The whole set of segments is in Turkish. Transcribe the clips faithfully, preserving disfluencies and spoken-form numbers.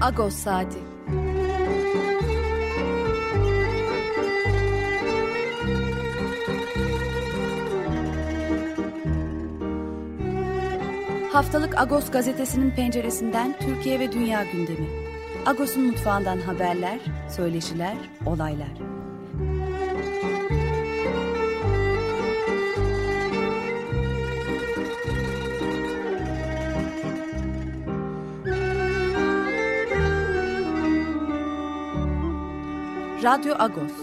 Agos Saati. Haftalık Agos gazetesinin penceresinden Türkiye ve dünya gündemi. Agos'un mutfağından haberler, söyleşiler, olaylar. Radyo Agos.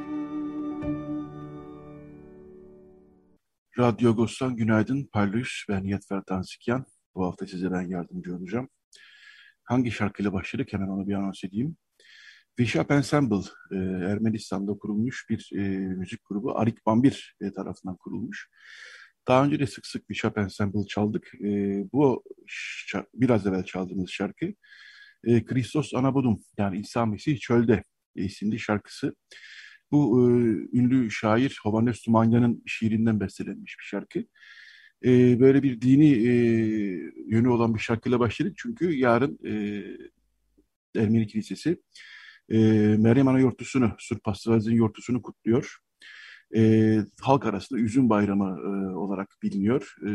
Radyo Agos'tan günaydın. Parlıyız. Ben Yetfer Tansikyan. Bu hafta size ben yardımcı olacağım. Hangi şarkıyla başladık? Hemen onu bir anons edeyim. Vişap Ensemble, e, Ermenistan'da kurulmuş bir e, müzik grubu. Arik Bambir e, tarafından kurulmuş. Daha önce de sık sık Vişap Ensemble çaldık. E, bu şarkı, biraz evvel çaldığımız şarkı e, Christos Anabodum, yani İsa Mesih Çölde e, isimli şarkısı. Bu e, ünlü şair Hovannes Tumanya'nın şiirinden bestelenmiş bir şarkı. E, böyle bir dini e, yönü olan bir şarkıyla başladık. Çünkü yarın e, Ermeni Kilisesi e, Meryem Ana Yortusu'nu, Surpastıvaz'ın yortusunu kutluyor. E, halk arasında Üzüm Bayramı e, olarak biliniyor. E,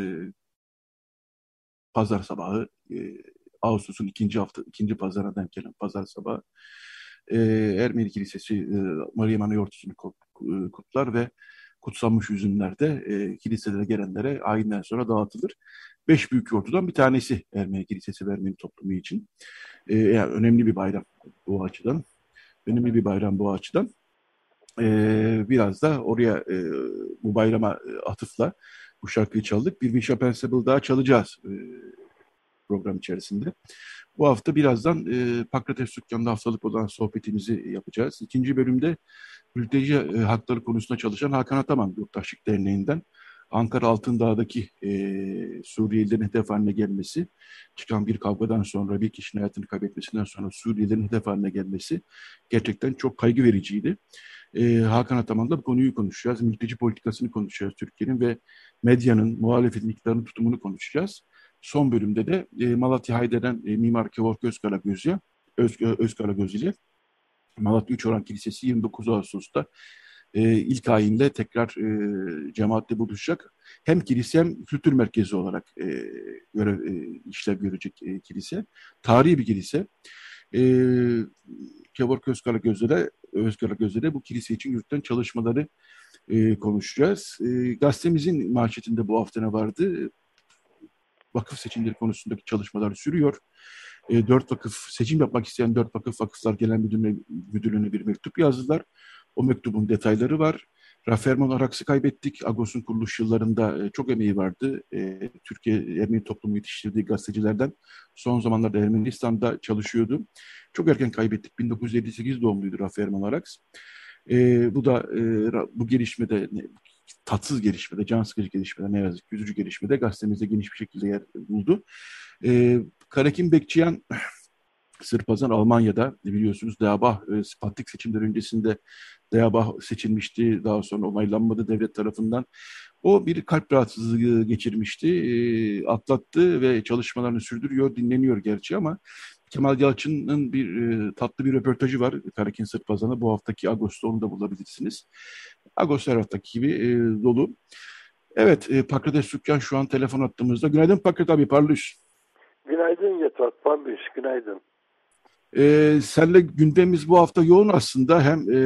pazar sabahı, e, Ağustos'un ikinci hafta, ikinci pazarına denk gelen pazar sabahı e, Ermeni Kilisesi e, Meryem Ana Yortusu'nu kutlar ve kutsanmış üzümler de e, kiliselere gelenlere ayinden sonra dağıtılır. Beş büyük yortudan bir tanesi Ermeni Kilisesi ve Ermeni toplumu için. E, yani önemli bir bayram bu açıdan. Önemli bir bayram bu açıdan. E, biraz da oraya e, bu bayrama e, atıfla bu şarkıyı çaldık. Bir Vişap Ensemble daha çalacağız e, program içerisinde. Bu hafta birazdan e, Pakrates Dükkanı'nda haftalık olan sohbetimizi yapacağız. İkinci bölümde mülteci e, hakları konusunda çalışan Hakan Ataman Yurttaşlık Derneği'nden Ankara Altındağ'daki e, Suriyelilerin hedef haline gelmesi, çıkan bir kavgadan sonra bir kişinin hayatını kaybetmesinden sonra Suriyelilerin hedef haline gelmesi gerçekten çok kaygı vericiydi. E, Hakan Ataman'la bu konuyu konuşacağız. Mülteci politikasını konuşacağız Türkiye'nin ve medyanın, muhalefetin, iktidarın tutumunu konuşacağız. Son bölümde de e, Malatya Haydar'dan e, Mimar Kevork Özkaragöz'ü Öz, Özkaragöz ile Malatya Üç Oran Kilisesi yirmi dokuz Ağustos'ta e, ilk ayinle tekrar e, cemaatle buluşacak. Hem kilise hem kültür merkezi olarak e, görev, e, işlev görecek e, kilise. Tarihi bir kilise. E, Kevork Özkaragöz'le de Özkaragöz'le de bu kilise için yürütülen çalışmaları e, konuşacağız. E, gazetemizin manşetinde bu hafta ne vardı? Vakıf seçimleri konusundaki çalışmalar sürüyor. E, dört vakıf, seçim yapmak isteyen dört vakıf, vakıflar genel müdürlüğüne, müdürlüğüne bir mektup yazdılar. O mektubun detayları var. Raferman Araks'ı kaybettik. Agos'un kuruluş yıllarında e, çok emeği vardı. E, Türkiye Ermeni toplumu yetiştirdiği gazetecilerden son zamanlarda Ermenistan'da çalışıyordu. Çok erken kaybettik. bin dokuz yüz elli sekiz doğumluydu Raferman Araks. E, bu da e, bu gelişmede tatsız gelişmede, can sıkıcı gelişmede, ne yazık ki üzücü gelişmede gazetemizde geniş bir şekilde yer buldu. E, Karakim Bekçiyan Sırpazan Almanya'da biliyorsunuz D A B A e, Sputnik seçimleri öncesinde D A B A seçilmişti. Daha sonra onaylanmadı devlet tarafından. O bir kalp rahatsızlığı geçirmişti. E, atlattı ve çalışmalarını sürdürüyor, dinleniyor gerçi ama Kemal Yalçın'ın bir e, tatlı bir röportajı var Karakin Sırpazan'a. Bu haftaki Ağustos'ta onu da bulabilirsiniz. Ağustos her haftaki gibi e, dolu. Evet, e, Pakrates Dükkan şu an telefon attığımızda. Günaydın Pakrat abi, parlıyız. Günaydın Yetvat, parlıyız, günaydın. Ee, senle gündemimiz bu hafta yoğun aslında. Hem e,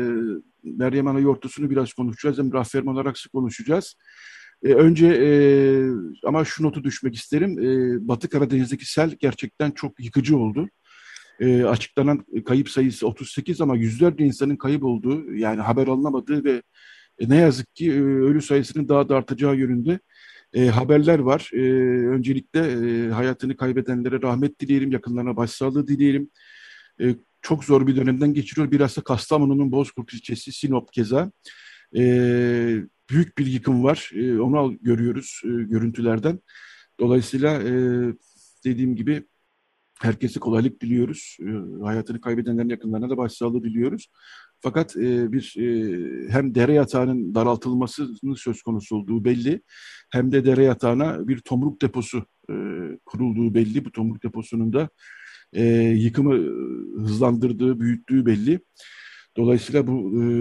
Meryem Ana Yortusu'nu biraz konuşacağız hem Raferman Araks'ı konuşacağız. E, önce e, ama şu notu düşmek isterim. E, Batı Karadeniz'deki sel gerçekten çok yıkıcı oldu. E, açıklanan kayıp sayısı otuz sekiz ama yüzlerce insanın kayıp olduğu, yani haber alınamadığı ve e, ne yazık ki e, ölü sayısının daha da artacağı yönünde e, haberler var. E, öncelikle e, hayatını kaybedenlere rahmet dileyelim, yakınlarına başsağlığı dileyelim. E, çok zor bir dönemden geçiriyor. Biraz da Kastamonu'nun Bozkurt ilçesi, Sinop keza. E, büyük bir yıkım var. E, onu görüyoruz e, görüntülerden. Dolayısıyla e, dediğim gibi herkese kolaylık diliyoruz. E, hayatını kaybedenlerin yakınlarına da başsağlığı diliyoruz. Fakat e, bir e, hem dere yatağının daraltılmasının söz konusu olduğu belli, hem de dere yatağına bir tomruk deposu e, kurulduğu belli. Bu tomruk deposunun da e, yıkımı hızlandırdığı, büyüttüğü belli. Dolayısıyla bu e,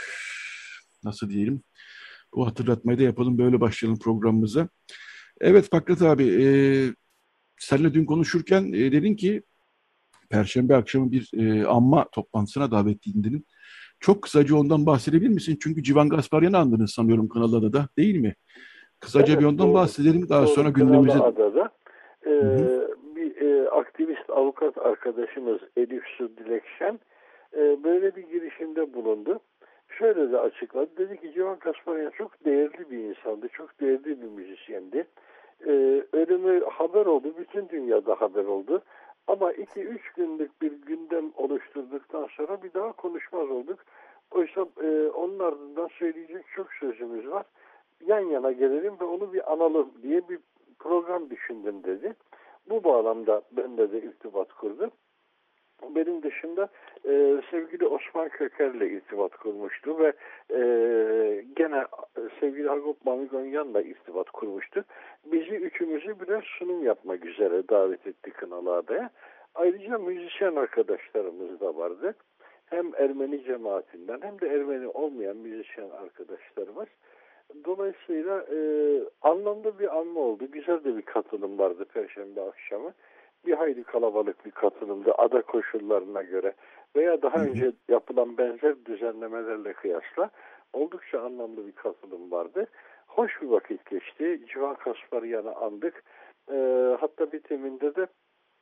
nasıl diyelim, bu hatırlatmayı da yapalım, böyle başlayalım programımıza. Evet Fakret abi, e, seninle dün konuşurken e, dedin ki Perşembe akşamı bir e, anma toplantısına davetliydin dedin. Çok kısaca ondan bahsedebilir misin? Çünkü Civan Gasparyan'ı andınız sanıyorum Kınalıada da, değil mi? Kısaca bir Evet, ondan doğru. bahsedelim. Daha sonra Doğru. gündemimize... Kınalıada'da e, Hı hı, bir e, aktivist avukat arkadaşımız Elif Su Dilekşen e, böyle bir girişimde bulundu. Şöyle de açıkladı. Dedi ki Civan Kasparyan çok değerli bir insandı. Çok değerli bir müzisyendi. E, ölümü haber oldu. Bütün dünyada haber oldu. Ama iki üç günlük bir gündem oluşturduktan sonra bir daha konuşmaz olduk. Oysa e, onun ardından söyleyecek çok sözümüz var. Yan yana gelelim ve onu bir analım diye bir program düşündüm dedi. Bu bağlamda benimle de irtibat kurdu. Benim dışında e, sevgili Osman Köker'le irtibat kurmuştu ve e, gene sevgili Hagop Mamigonyan'la irtibat kurmuştu. Bizi üçümüzü birer sunum yapmak üzere davet etti Kınalıada'ya. Ayrıca müzisyen arkadaşlarımız da vardı. Hem Ermeni cemaatinden hem de Ermeni olmayan müzisyen arkadaşlarımız. Dolayısıyla e, anlamlı bir anma oldu. Güzel de bir katılım vardı Perşembe akşamı. Bir hayli kalabalık bir katılımdı ada koşullarına göre veya daha hı hı, önce yapılan benzer düzenlemelerle kıyasla oldukça anlamlı bir katılım vardı. Hoş bir vakit geçti. Civan Kasparyan'ı andık. E, hatta bitiminde de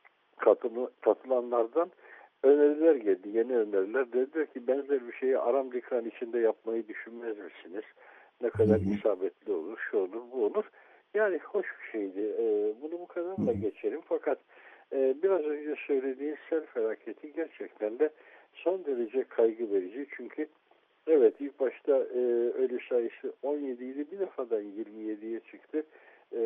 katımı, katılanlardan öneriler geldi. Yeni öneriler. Dediler ki benzer bir şeyi Aram Dikran içinde yapmayı düşünmez misiniz? Ne hı kadar hı, isabetli olur, şu olur, bu olur. Yani hoş bir şeydi. Ee, bunu bu hı kadarla hı. geçelim. Fakat e, biraz önce söylediğin sel felaketi gerçekten de son derece kaygı verici. Çünkü evet ilk başta e, ölü sayısı on yedi idi, bir defadan yirmi yediye çıktı. E,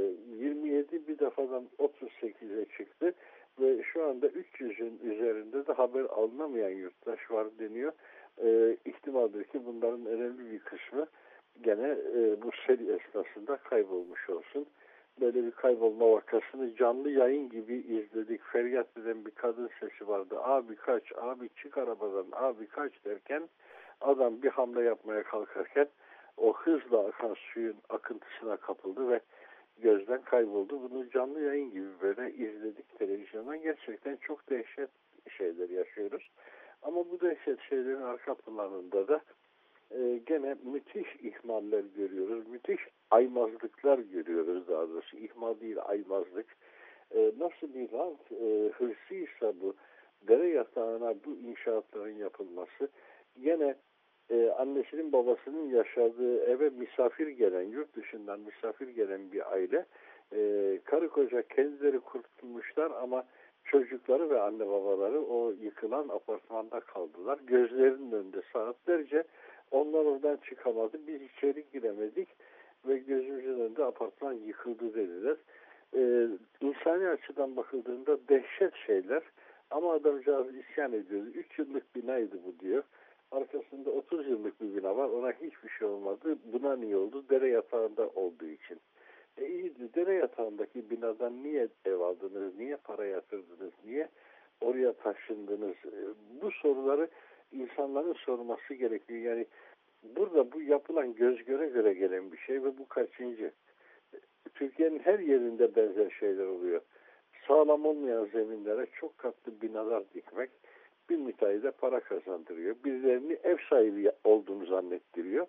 yirmi yedi bir defadan otuz sekize çıktı. Ve şu anda üç yüzün üzerinde de haber alınamayan yurttaş var deniyor. E, ihtimaldir ki bunların önemli bir kısmı gene e, bu sel esnasında kaybolmuş olsun. Böyle bir kaybolma vakasını canlı yayın gibi izledik. Feryat eden bir kadın sesi vardı. Abi kaç, abi çık arabadan, abi kaç derken adam bir hamle yapmaya kalkarken o hızla akan suyun akıntısına kapıldı ve gözden kayboldu. Bunu canlı yayın gibi böyle izledik televizyondan. Gerçekten çok dehşet şeyler yaşıyoruz. Ama bu dehşet şeylerin arka planında da e, gene müthiş ihmaller görüyoruz. Müthiş aymazlıklar görüyoruz daha doğrusu. İhmal değil, aymazlık. E, nasıl bir rant e, hırsıysa bu dere yatağına bu inşaatların yapılması, gene e, annesinin babasının yaşadığı eve misafir gelen, yurt dışından misafir gelen bir aile, e, karı koca kendileri kurtulmuşlar ama çocukları ve anne babaları o yıkılan apartmanda kaldılar. Gözlerinin önünde saatlerce onlar oradan çıkamadı. Biz içeri giremedik ve gözümüzün önünde apartman yıkıldı dediler. Ee, insani açıdan bakıldığında dehşet şeyler ama adamcağız isyan ediyor. Üç yıllık binaydı bu diyor. Arkasında otuz yıllık bir bina var. Ona hiçbir şey olmadı. Buna niye oldu? Dere yatağında olduğu için. E iyiydi. Dere yatağındaki binadan niye ev aldınız? Niye para yatırdınız? Niye oraya taşındınız? E, bu soruları insanların sorması gerekiyor. Yani burada bu yapılan göz göre göre gelen bir şey ve bu kaçıncı? Türkiye'nin her yerinde benzer şeyler oluyor. Sağlam olmayan zeminlere çok katlı binalar dikmek bir müteahhide para kazandırıyor. Birilerini ev sahibi olduğunu zannettiriyor.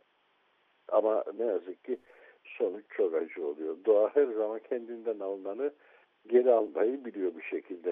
Ama ne yazık ki sonuç çok acı oluyor. Doğa her zaman kendinden alınanı geri almayı biliyor bir şekilde.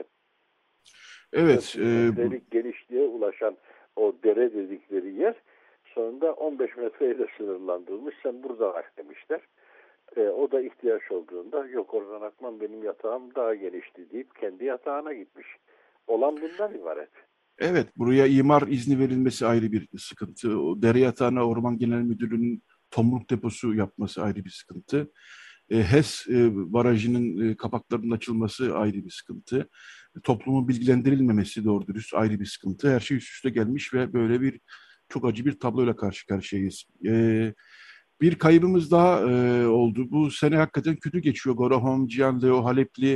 Evet, dört yüz e, bu, metrelik genişliğe ulaşan o dere dedikleri yer sonunda on beş metreyle sınırlandırılmış. Sen burada bak demişler. E, o da ihtiyaç olduğunda yok oradan akmam benim yatağım daha genişti deyip kendi yatağına gitmiş. Olan bundan ibaret. evet, buraya imar izni verilmesi ayrı bir sıkıntı. O dere yatağına Orman Genel Müdürlüğü'nün tomruk deposu yapması ayrı bir sıkıntı. E, HES e, barajının e, kapaklarının açılması ayrı bir sıkıntı. Toplumun bilgilendirilmemesi doğru dürüst ayrı bir sıkıntı. Her şey üst üste gelmiş ve böyle bir çok acı bir tabloyla karşı karşıyayız. E, bir kaybımız daha e, oldu. Bu sene hakikaten kötü geçiyor. Gorohom, Cihan Leo, Halepli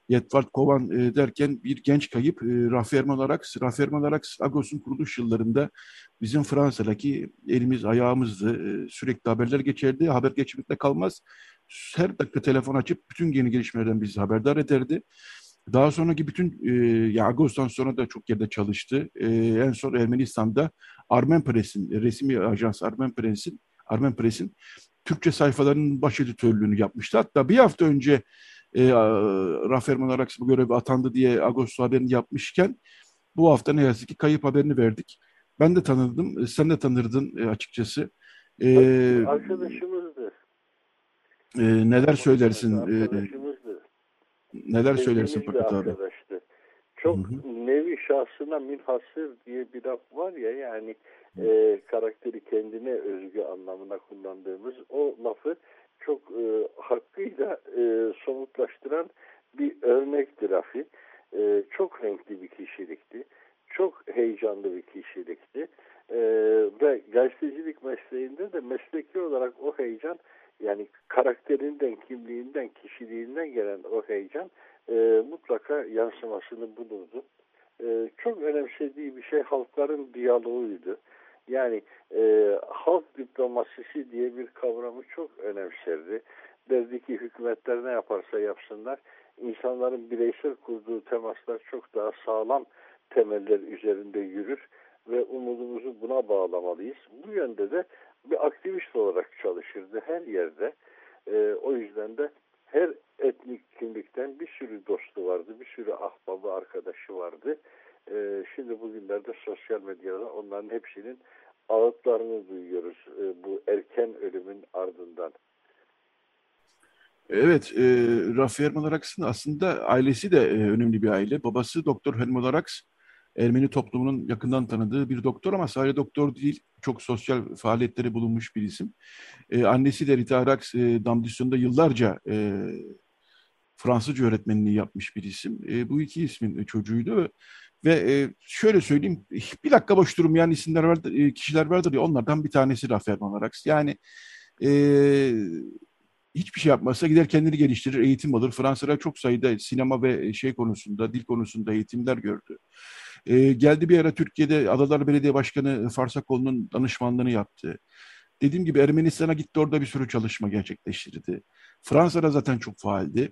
Yetvar Kovan e, derken bir genç kayıp. E, Rafi Erman Araks. Rafi Erman Araks Agos'un kuruluş yıllarında bizim Fransa'daki elimiz ayağımızdı. E, sürekli haberler geçerdi. Haber geçmekte kalmaz. Her dakika telefon açıp bütün yeni gelişmelerden bizi haberdar ederdi. Daha sonraki bütün e, ya Agos'tan sonra da çok yerde çalıştı. E, en son Ermenistan'da Armen Press'in, resmi ajans Armen Press'in Armen Press'in Türkçe sayfalarının baş editörlüğünü yapmıştı. Hatta bir hafta önce e, Rafi Erman Araks bu göreve atandı diye Agos haberini yapmışken bu hafta ne yazık ki kayıp haberini verdik. Ben de tanıdım, sen de tanırdın e, açıkçası. E, Arkadaşımızdı. e, neler söylersin? E, Arkadaşımızdı. neler söylersin Sevdiğimiz bir Fakat abi? arkadaştı. Çok Hı hı. nevi şahsına münhasır diye bir laf var ya, yani e, karakteri kendine özgü anlamına kullandığımız o lafı çok e, hakkıyla e, somutlaştıran bir örnektir Rafi. E, çok renkli bir kişilikti. Çok heyecanlı bir kişilikti. E, ve gazetecilik mesleğinde de mesleki olarak o heyecan, yani karakterinden, kimliğinden, kişiliğinden gelen o heyecan e, mutlaka yansımasını bulurdu. E, çok önemsediği bir şey halkların diyaloğuydu. Yani e, halk diplomasisi diye bir kavramı çok önemserdi. Derdi ki hükümetler ne yaparsa yapsınlar, insanların bireysel kurduğu temaslar çok daha sağlam temeller üzerinde yürür ve umudumuzu buna bağlamalıyız. Bu yönde de bir aktivist olarak çalışırdı her yerde. E, o yüzden de her etnik kimlikten bir sürü dostu vardı, bir sürü ahbabı, arkadaşı vardı. E, şimdi bugünlerde sosyal medyada onların hepsinin ağıtlarını duyuyoruz e, bu erken ölümün ardından. Evet, e, Rafi Erman Araks'ın aslında ailesi de e, önemli bir aile. Babası Doktor Helmut Araks, Ermeni toplumunun yakından tanıdığı bir doktor ama sadece doktor değil, çok sosyal faaliyetleri bulunmuş bir isim. E, annesi de Rita Araks, e, Damdüsyon'da yıllarca e, Fransızca öğretmenliği yapmış bir isim. E, bu iki ismin çocuğuydu ve e, şöyle söyleyeyim, bir dakika boş durmayan isimler vardır, e, kişiler vardır ya, onlardan bir tanesi Rafi Erman Araks. Yani e, hiçbir şey yapmazsa gider kendini geliştirir, eğitim alır. Fransızlar çok sayıda sinema ve şey konusunda, dil konusunda eğitimler gördü. E, geldi bir ara Türkiye'de Adalar Belediye Başkanı Farsakoğlu'nun danışmanlığını yaptı. Dediğim gibi Ermenistan'a gitti, orada bir sürü çalışma gerçekleştirdi. Fransa'da zaten çok faaldi.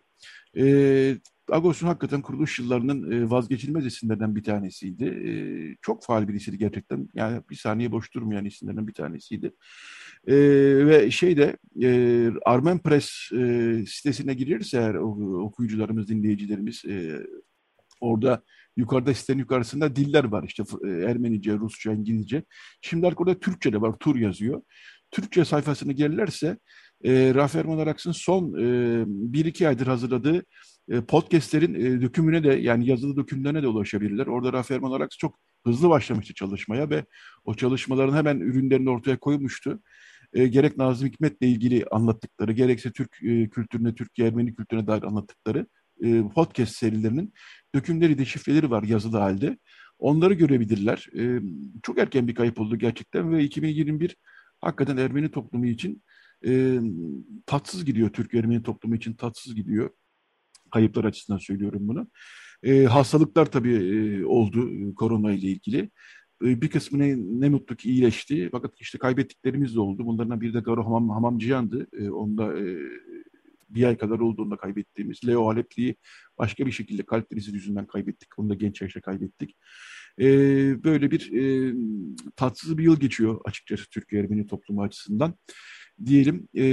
E, Agos'un hakikaten kuruluş yıllarının e, vazgeçilmez isimlerden bir tanesiydi. E, çok faal birisiydi gerçekten. Yani bir saniye boş durmayan isimlerden bir tanesiydi. E, ve şeyde e, Armen Press e, sitesine girirse eğer okuyucularımız, dinleyicilerimiz e, orada yukarıda sitenin yukarısında diller var. İşte e, Ermenice, Rusça, İngilizce. Şimdi artık orada Türkçe de var. Tur yazıyor. Türkçe sayfasını gelirlerse e, Rafi Erman Araks'ın son e, bir iki aydır hazırladığı e, podcastlerin e, dökümüne de, yani yazılı dökümlerine de ulaşabilirler. Orada Rafi Erman Araks çok hızlı başlamıştı çalışmaya ve o çalışmaların hemen ürünlerini ortaya koymuştu. E, gerek Nazım Hikmet'le ilgili anlattıkları, gerekse Türk e, kültürüne, Türkiye Ermeni kültürüne dair anlattıkları e, podcast serilerinin dökümleri, deşifreleri var yazılı halde. Onları görebilirler. E, çok erken bir kayıp oldu gerçekten ve iki bin yirmi bir hakikaten Ermeni toplumu için e, tatsız gidiyor. Türk Ermeni toplumu için tatsız gidiyor. Kayıplar açısından söylüyorum bunu. E, hastalıklar tabii e, oldu e, korona ile ilgili. E, bir kısmı ne, ne mutlu ki iyileşti. Fakat işte kaybettiklerimiz de oldu. Bunlardan biri de Garo Hamam, Hamamcıyan'dı. E, onda e, bir ay kadar olduğunda kaybettiğimiz. Leo Halepli'yi başka bir şekilde kalp krizi yüzünden kaybettik. Onu da genç yaşta kaybettik. E, böyle bir e, tatsız bir yıl geçiyor açıkçası Türkiye Ermeni toplumu açısından. Diyelim. E,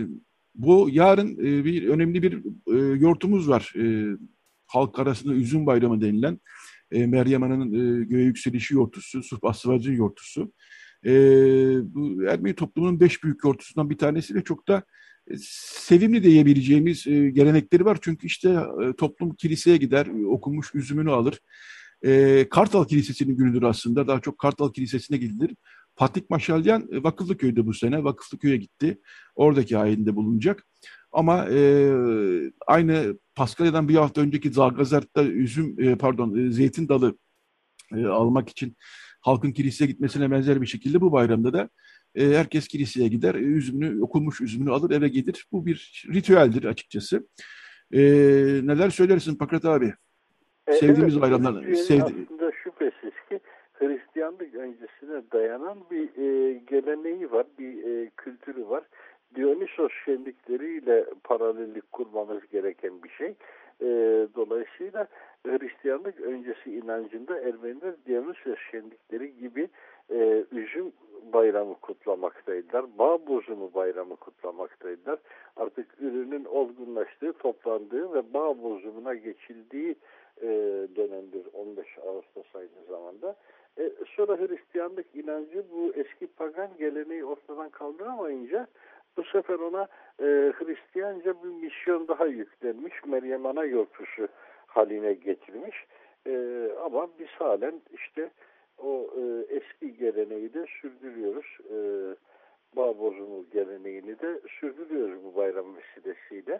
bu yarın e, bir önemli bir e, yortumuz var. E, halk arasında Üzüm Bayramı denilen e, Meryem Ana'nın e, göğe yükselişi yortusu, Surp Aslıvacı'nın yortusu. E, bu Ermeni toplumunun beş büyük yortusundan bir tanesi ve çok da e, sevimli diyebileceğimiz e, gelenekleri var. Çünkü işte e, toplum kiliseye gider, okunmuş üzümünü alır. E, Kartal Kilisesi'nin günüdür aslında. Daha çok Kartal Kilisesi'ne gidilir. Patrik Maşalyan e, Vakıflıköy'de bu sene. Vakıflıköy'e gitti. Oradaki ayinde bulunacak. Ama e, aynı Paskalya'dan bir hafta önceki Zagazart'ta üzüm, e, pardon e, zeytin dalı e, almak için halkın kiliseye gitmesine benzer bir şekilde bu bayramda da e, herkes kiliseye gider, e, üzümünü, okunmuş üzümünü alır, eve gelir. Bu bir ritüeldir açıkçası. E, Neler söylersin Pakrat abi? E, evet, Sevdiğimiz bayramlar, Türkiye'nin sevdi. aslında şüphesiz ki Hristiyanlık öncesine dayanan bir e, geleneği var, bir e, kültürü var. Dionysos şenlikleriyle paralellik kurmamız gereken bir şey. E, dolayısıyla Hristiyanlık öncesi inancında Ermeniler Dionysos şenlikleri gibi e, üzüm bayramı kutlamaktaydılar. Bağ bozumu bayramı kutlamaktaydılar. Artık ürünün olgunlaştığı, toplandığı ve bağ bozumuna geçildiği e, dönemdir on beş Ağustos aynı zamanda. E, sonra Hristiyanlık inancı bu eski pagan geleneği ortadan kaldıramayınca bu sefer ona e, Hristiyanca bir misyon daha yüklenmiş. Meryem Ana yortusu haline getirmiş. E, ama biz halen işte o e, eski geleneği de sürdürüyoruz. E, bağ bozumu geleneğini de sürdürüyoruz bu bayram vesilesiyle.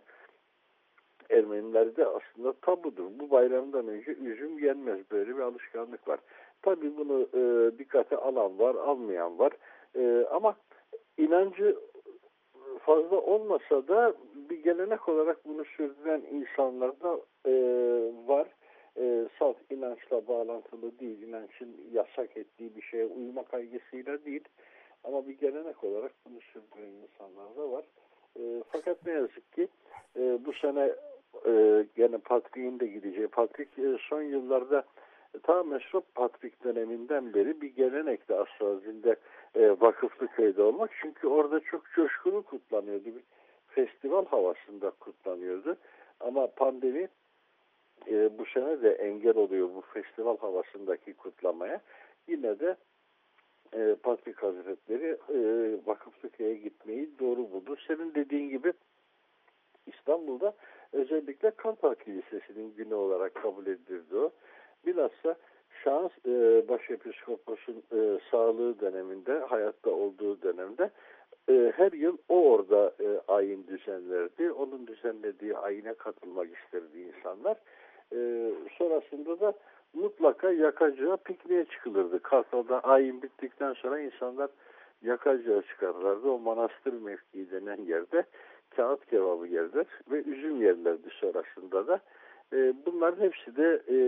Ermenilerde aslında tabudur. Bu bayramdan önce üzüm yenmez. Böyle bir alışkanlık var. Tabii bunu e, dikkate alan var, almayan var. E, ama inancı fazla olmasa da bir gelenek olarak bunu sürdüren insanlar da e, var. E, salt inançla bağlantılı değil. İnançın yasak ettiği bir şeye uyma kaygısıyla değil. Ama bir gelenek olarak bunu sürdüren insanlar da var. E, fakat ne yazık ki e, bu sene e, gene Patrik'in de gideceği. Patrik e, son yıllarda e, ta Mesrop Patrik döneminden beri bir gelenekti Astralzinde e, Vakıflı Köy'de olmak. Çünkü orada çok coşkulu kutlanıyordu. Bir festival havasında kutlanıyordu. Ama pandemi e, bu sene de engel oluyor bu festival havasındaki kutlamaya. Yine de e, Patrik Hazretleri e, Vakıflı Köy'e gitmeyi doğru buldu. Senin dediğin gibi İstanbul'da özellikle Kartal Kilisesi'nin günü olarak kabul edildi o. Bilhassa şans e, Başepiskopos'un e, sağlığı döneminde, hayatta olduğu dönemde e, her yıl o orada e, ayin düzenlerdi. Onun düzenlediği ayine katılmak isterdi insanlar. E, sonrasında da mutlaka Yakacığa pikniğe çıkılırdı. Kartal'da ayin bittikten sonra insanlar Yakacığa çıkarlardı. O manastır mevkii denen yerde kağıt kebabı yerler ve üzüm yerlerdi sonrasında da. E, bunların hepsi de e,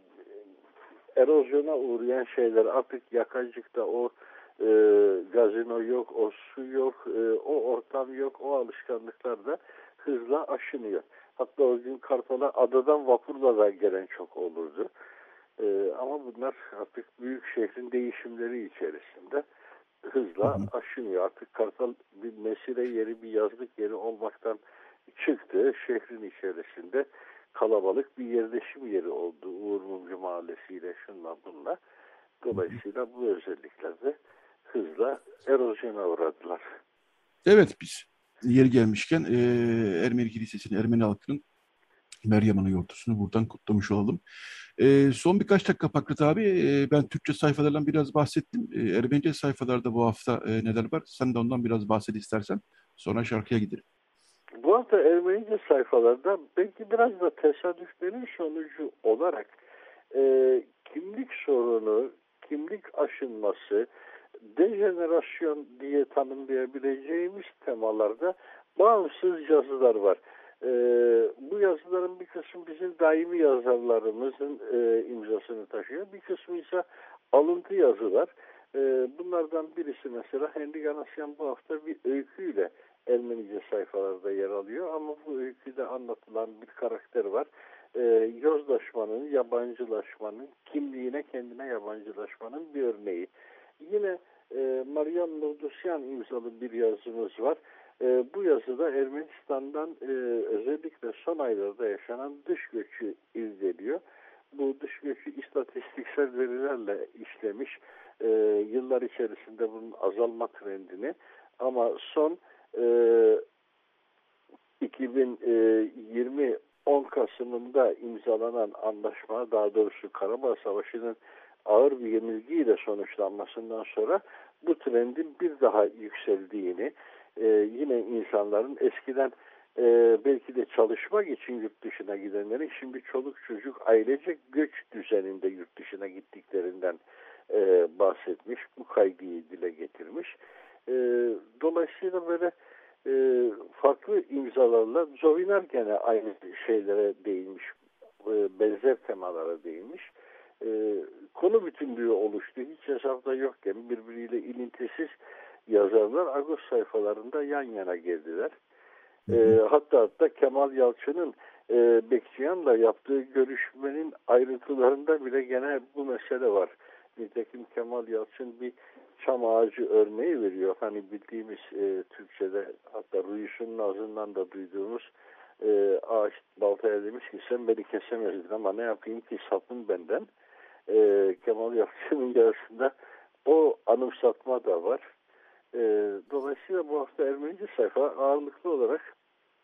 erozyona uğrayan şeyler. Artık Yakacık'ta o e, gazino yok, o su yok, e, o ortam yok, o alışkanlıklar da hızla aşınıyor. Hatta o gün Kartal'a adadan vapurla da gelen çok olurdu. E, ama bunlar artık büyük şehrin değişimleri içerisinde Hı hızla hı. aşınıyor. Artık Kartal bir mesire yeri, bir yazlık yeri olmaktan çıktı. Şehrin içerisinde kalabalık bir yerleşim yeri oldu. Uğur Mumcu Mahallesi'yle şunla bunla. Dolayısıyla bu özellikler de hızla erozyona uğradılar. Evet, biz yeri gelmişken e, Ermeni Kilisesi'nin, Ermeni halkının Meryem Ana yortusunu buradan kutlamış olalım. E, son birkaç dakika Pakrat abi, e, ben Türkçe sayfalardan biraz bahsettim. E, Ermenice sayfalarda bu hafta e, neler var? Sen de ondan biraz bahset istersen. Sonra şarkıya gidelim. Bu hafta Ermenice sayfalarda belki biraz da tesadüflerin sonucu olarak e, kimlik sorunu, kimlik aşınması, dejenerasyon diye tanımlayabileceğimiz temalarda bağımsız yazılar var. E, bu yazıların bir kısmı bizim daimi yazarlarımızın e, imzasını taşıyor. Bir kısmı ise alıntı yazılar. E, bunlardan birisi mesela Henry Ganasyan bu hafta bir öyküyle Ermenice sayfalarda yer alıyor ama bu öyküde anlatılan bir karakter var. E, yozlaşmanın, yabancılaşmanın, kimliğine kendine yabancılaşmanın bir örneği. Yine e, Marian Nurdusyan imzalı bir yazımız var. E, bu yazıda Ermenistan'dan e, özellikle son aylarda yaşanan dış göçü irdeliyor. Bu dış göçü istatistiksel verilerle işlemiş. E, yıllar içerisinde bunun azalma trendini ama son e, iki bin yirmi on Kasım'ında imzalanan anlaşma, daha doğrusu Karabağ Savaşı'nın ağır bir yenilgiyle sonuçlanmasından sonra bu trendin bir daha yükseldiğini, e, yine insanların eskiden e, belki de çalışmak için yurt dışına gidenlerin şimdi çoluk çocuk ailecek göç düzeninde yurt dışına gittiklerinden e, bahsetmiş, bu kaygıyı dile getirmiş. E, dolayısıyla böyle e, farklı imzalarla Zovinar gene aynı şeylere değinmiş, e, benzer temalara değinmiş. E, konu bütünlüğü oluştu. Hiç hesapta yokken birbiriyle ilintisiz yazarlar Agos sayfalarında yan yana geldiler. E, hatta hatta Kemal Yalçın'ın e, Bekçiyan'la yaptığı görüşmenin ayrıntılarında bile gene bu mesele var. Nitekim Kemal Yalçın bir çam ağacı örneği veriyor. Hani bildiğimiz e, Türkçe'de, hatta Ruyus'un ağzından da duyduğumuz e, ağaç baltaya demiş ki sen beni kesemezdin ama ne yapayım ki sapın benden. E, Kemal Yalçın'ın yarısında o anımsatma da var. E, dolayısıyla bu hafta Ermenice sayfa ağırlıklı olarak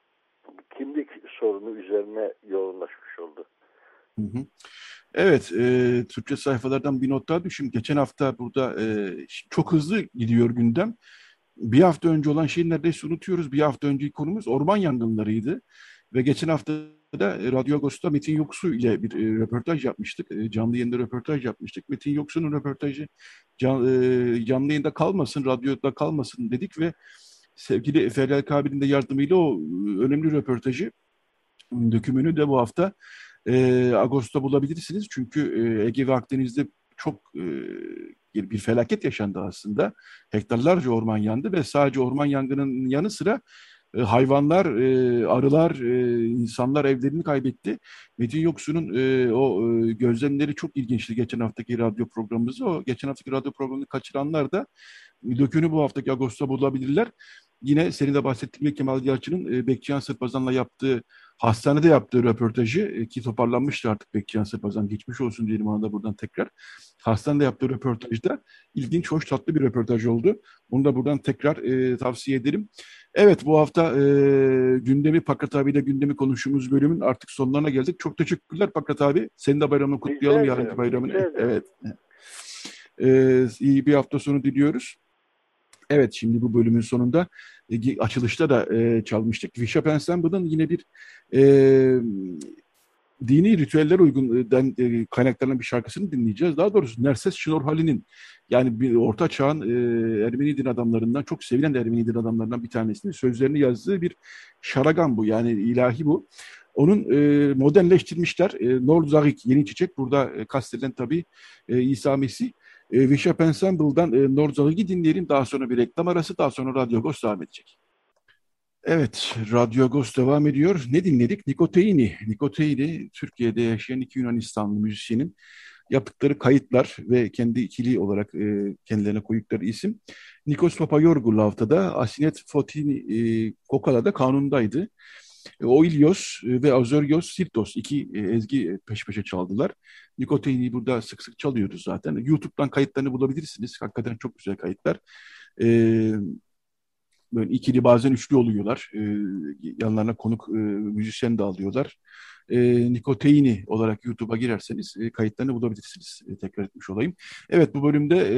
kimlik sorunu üzerine yoğunlaşmış oldu. Hı hı. Evet, e, Türkçe sayfalardan bir not daha düşün. Geçen hafta burada e, çok hızlı gidiyor gündem. Bir hafta önce olan şeyi neredeyse unutuyoruz. Bir hafta önceki konumuz orman yangınlarıydı. Ve geçen hafta da e, Radyo Agos'ta Metin Yoksu ile bir e, röportaj yapmıştık. E, canlı yayında röportaj yapmıştık. Metin Yoksu'nun röportajı can, e, canlı yayında kalmasın, radyoda kalmasın dedik ve sevgili Feryal Kabil'in de yardımıyla o e, önemli röportajı, dökümünü de bu hafta e, Ağustos'ta bulabilirsiniz. Çünkü e, Ege ve Akdeniz'de çok e, bir felaket yaşandı aslında. Hektarlarca orman yandı ve sadece orman yangının yanı sıra e, hayvanlar, e, arılar, e, insanlar evlerini kaybetti. Metin Yoksu'nun e, o e, gözlemleri çok ilginçti geçen haftaki radyo programımızda. O geçen haftaki radyo programını kaçıranlar da dökünü bu haftaki Ağustos'ta bulabilirler. Yine senin de bahsettiğin gibi Kemal Yalçın'ın e, Bekçiyan Sırpazan'la yaptığı, hastanede yaptığı röportajı e, ki toparlanmıştı artık Bekçiyan Sırpazan, geçmiş olsun diyelim ona da buradan tekrar. Hastanede yaptığı röportajda ilginç, hoş, tatlı bir röportaj oldu. Onu da buradan tekrar e, tavsiye ederim. Evet, bu hafta e, gündemi, Pakrat abiyle gündemi konuştuğumuz bölümün artık sonlarına geldik. Çok teşekkürler Pakrat abi. Senin de bayramını kutlayalım, yarınki bayramını. Evet. E, iyi bir hafta sonu diliyoruz. Evet, şimdi bu bölümün sonunda e, açılışta da e, çalmıştık. Bishop Ensemble'ın yine bir e, dini ritüeller uygun e, den, e, kaynaklarından bir şarkısını dinleyeceğiz. Daha doğrusu Nerses Şnorhali'nin, yani bir Orta Çağ'ın e, Ermeni din adamlarından, çok sevilen Ermeni din adamlarından bir tanesinin sözlerini yazdığı bir şaragan bu. Yani ilahi bu. Onun e, modernleştirmişler. E, Norzarik, Yeni Çiçek. Burada e, kastedilen tabii e, İsa Mesih. E, Bishop Ensemble'dan e, Norzagik'i dinleyelim. Daha sonra bir reklam arası. Daha sonra Radyo Agos devam edecek. Evet, Radyo Agos devam ediyor. Ne dinledik? Nikoteini. Nikoteini, Türkiye'de yaşayan iki Yunanistanlı müzisyenin yaptıkları kayıtlar ve kendi ikili olarak e, kendilerine koydukları isim. Nikos Papayorgu Lavta'da, Asinet Fotini e, Kokala'da kanundaydı. E, Oilios ve Azorios Sirtos iki e, ezgi peş peşe çaldılar. Nikoteini'yi burada sık sık çalıyoruz zaten. YouTube'dan kayıtlarını bulabilirsiniz. Hakikaten çok güzel kayıtlar. E, Böyle ikili, bazen üçlü oluyorlar. E, yanlarına konuk e, müzisyen de alıyorlar. E, Nikoteini olarak YouTube'a girerseniz e, kayıtlarını bulabilirsiniz. E, tekrar etmiş olayım. Evet, bu bölümde e,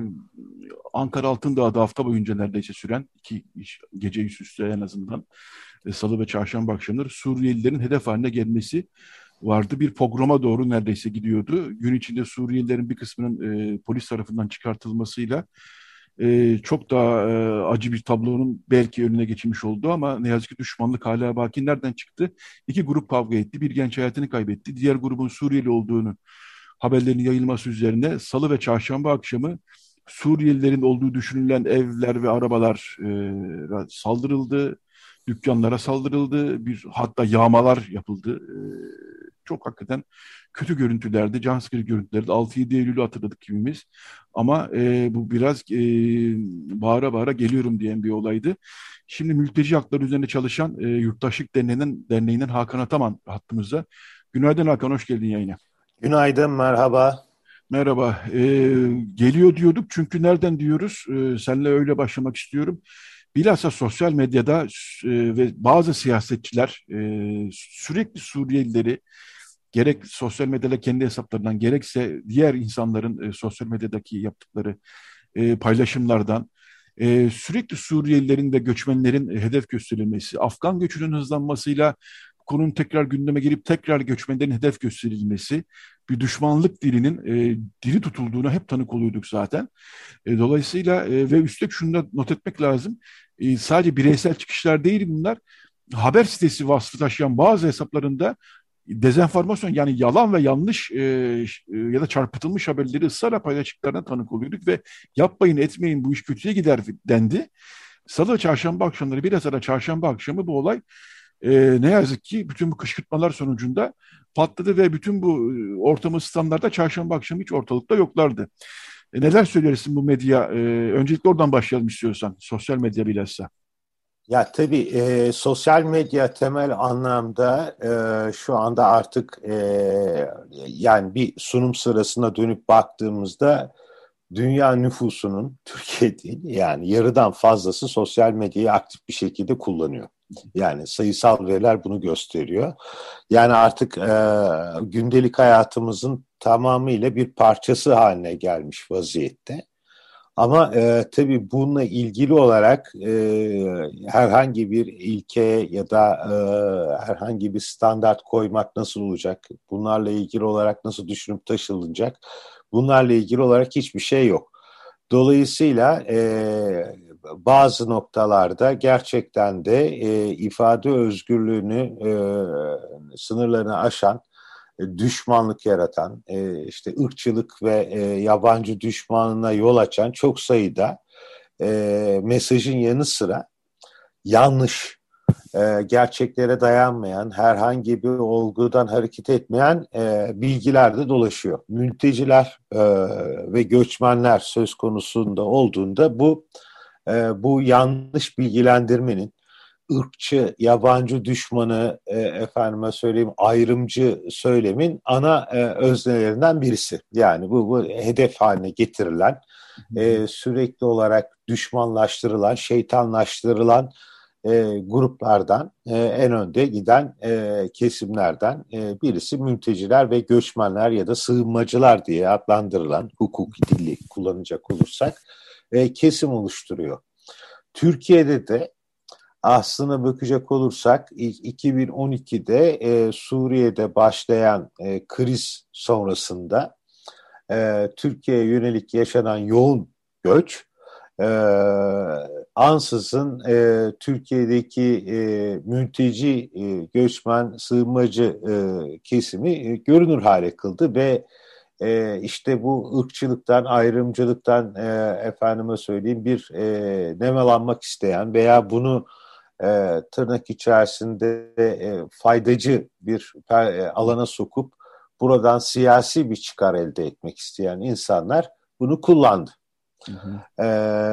Ankara Altındağ'da hafta boyunca neredeyse süren iki gece üst üste en azından e, Salı ve Çarşamba akşamları Suriyelilerin hedef haline gelmesi vardı. Bir pogroma doğru neredeyse gidiyordu. Gün içinde Suriyelilerin bir kısmının e, polis tarafından çıkartılmasıyla e, çok daha e, acı bir tablonun belki önüne geçilmiş oldu ama ne yazık ki düşmanlık hala baki. Nereden çıktı? İki grup kavga etti. Bir genç hayatını kaybetti. Diğer grubun Suriyeli olduğunu, haberlerin yayılması üzerine Salı ve Çarşamba akşamı Suriyelilerin olduğu düşünülen evler ve arabalar e, saldırıldı. Dükkanlara saldırıldı. Bir, hatta yağmalar yapıldı. E, çok hakikaten kötü görüntülerdi, can sıkıcı görüntülerdi. altı yedi Eylül'ü hatırladık kimimiz. Ama e, bu biraz e, bağıra bağıra geliyorum diyen bir olaydı. Şimdi mülteci hakları üzerine çalışan e, Yurttaşlık Derneği'nden, Derneği'nden Hakan Ataman hattımızda. Günaydın Hakan, hoş geldin yayına. Günaydın, merhaba. Merhaba. E, geliyor diyorduk çünkü nereden diyoruz? E, seninle öyle başlamak istiyorum. Bilhassa sosyal medyada e, ve bazı siyasetçiler e, sürekli Suriyelileri gerek sosyal medyada kendi hesaplarından gerekse diğer insanların e, sosyal medyadaki yaptıkları e, paylaşımlardan e, sürekli Suriyelilerin ve göçmenlerin e, hedef gösterilmesi, Afgan göçünün hızlanmasıyla konunun tekrar gündeme gelip tekrar göçmenlerin hedef gösterilmesi, bir düşmanlık dilinin e, diri tutulduğuna hep tanık oluyorduk zaten. E, dolayısıyla e, ve üstelik şunu da not etmek lazım. E, sadece bireysel çıkışlar değil bunlar. Haber sitesi vasfı taşıyan bazı hesaplarında dezenformasyon yani yalan ve yanlış e, e, ya da çarpıtılmış haberleri ısrarla paylaştıklarına tanık oluyorduk ve yapmayın etmeyin bu iş kötüye gider dendi. Salı, çarşamba akşamları biraz ara çarşamba akşamı bu olay e, ne yazık ki bütün bu kışkırtmalar sonucunda patladı ve bütün bu e, ortamı ısıtanlar çarşamba akşamı hiç ortalıkta yoklardı. E, neler söylersin bu medya? E, öncelikle oradan başlayalım istiyorsan. Sosyal medya bilhassa. Ya tabii e, sosyal medya temel anlamda e, şu anda artık e, yani bir sunum sırasına dönüp baktığımızda dünya nüfusunun Türkiye değil yani yarıdan fazlası sosyal medyayı aktif bir şekilde kullanıyor. Yani sayısal veriler bunu gösteriyor. Yani artık e, gündelik hayatımızın tamamıyla bir parçası haline gelmiş vaziyette. Ama e, tabii bununla ilgili olarak e, herhangi bir ilke ya da e, herhangi bir standart koymak nasıl olacak? Bunlarla ilgili olarak nasıl düşünüp taşınacak? Bunlarla ilgili olarak hiçbir şey yok. Dolayısıyla e, bazı noktalarda gerçekten de e, ifade özgürlüğünü e, sınırlarını aşan, düşmanlık yaratan, e, işte ırkçılık ve e, yabancı düşmanlığına yol açan çok sayıda e, mesajın yanı sıra yanlış, e, gerçeklere dayanmayan, herhangi bir olgudan hareket etmeyen e, bilgiler de dolaşıyor. Mülteciler e, ve göçmenler söz konusunda olduğunda bu e, bu yanlış bilgilendirmenin, ırkçı, yabancı düşmanı, e, efendime söyleyeyim ayrımcı söylemin ana e, öznelerinden birisi. Yani bu, bu hedef haline getirilen, e, sürekli olarak düşmanlaştırılan, şeytanlaştırılan e, gruplardan e, en önde giden e, kesimlerden e, birisi mülteciler ve göçmenler ya da sığınmacılar diye adlandırılan hukuki dili kullanacak olursak e, kesim oluşturuyor. Türkiye'de de aslına bakacak olursak iki bin on ikide e, Suriye'de başlayan e, kriz sonrasında e, Türkiye'ye yönelik yaşanan yoğun göç e, ansızın e, Türkiye'deki e, mülteci, e, göçmen, sığınmacı e, kesimi e, görünür hale kıldı ve e, işte bu ırkçılıktan, ayrımcılıktan e, efendime söyleyeyim bir e, nemalanmak isteyen veya bunu E, tırnak içerisinde e, faydacı bir e, alana sokup buradan siyasi bir çıkar elde etmek isteyen insanlar bunu kullandı. Hı hı. E,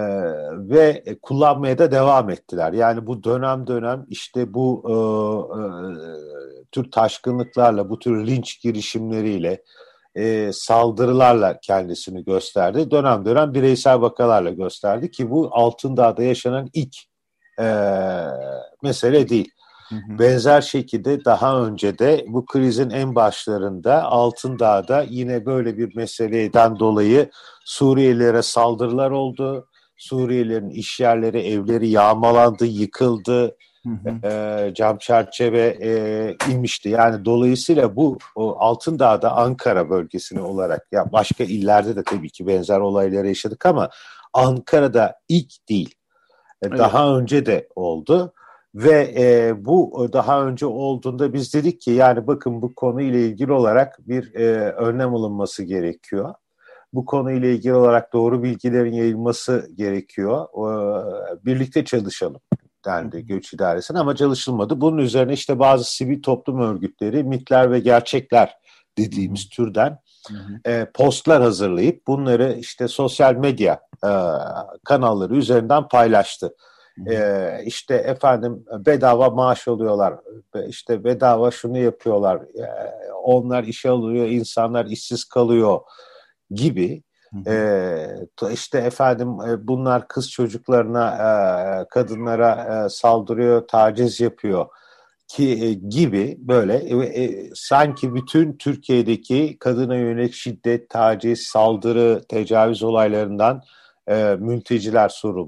ve kullanmaya da devam ettiler. Yani bu dönem dönem işte bu e, e, tür taşkınlıklarla, bu tür linç girişimleriyle, e, saldırılarla kendisini gösterdi. Dönem dönem bireysel vakalarla gösterdi ki bu Altındağ'da yaşanan ilk Ee, mesele değil. Hı hı. Benzer şekilde daha önce de bu krizin en başlarında Altındağ'da yine böyle bir meseleden dolayı Suriyelilere saldırılar oldu. Suriyelilerin iş yerleri, evleri yağmalandı, yıkıldı. Hı hı. E, cam çerçeve e, inmişti. Yani dolayısıyla bu o Altındağ'da Ankara bölgesine olarak ya başka illerde de tabii ki benzer olayları yaşadık ama Ankara'da ilk değil. Daha evet. önce de oldu ve e, bu daha önce olduğunda biz dedik ki yani bakın bu konuyla ilgili olarak bir e, önlem alınması gerekiyor. Bu konuyla ilgili olarak doğru bilgilerin yayılması gerekiyor. E, birlikte çalışalım dendi Göç İdaresi'ne ama çalışılmadı. Bunun üzerine işte bazı sivil toplum örgütleri, mitler ve gerçekler dediğimiz Hı-hı. türden Hı-hı. e, postlar hazırlayıp bunları işte sosyal medya e, kanalları üzerinden paylaştı. Ee, işte efendim bedava maaş alıyorlar, işte bedava şunu yapıyorlar, ee, onlar işe alıyor, insanlar işsiz kalıyor gibi. Ee, işte efendim bunlar kız çocuklarına, e, kadınlara e, saldırıyor, taciz yapıyor ki e, gibi böyle e, e, sanki bütün Türkiye'deki kadına yönelik şiddet, taciz, saldırı, tecavüz olaylarından e, mülteciler sorumlu.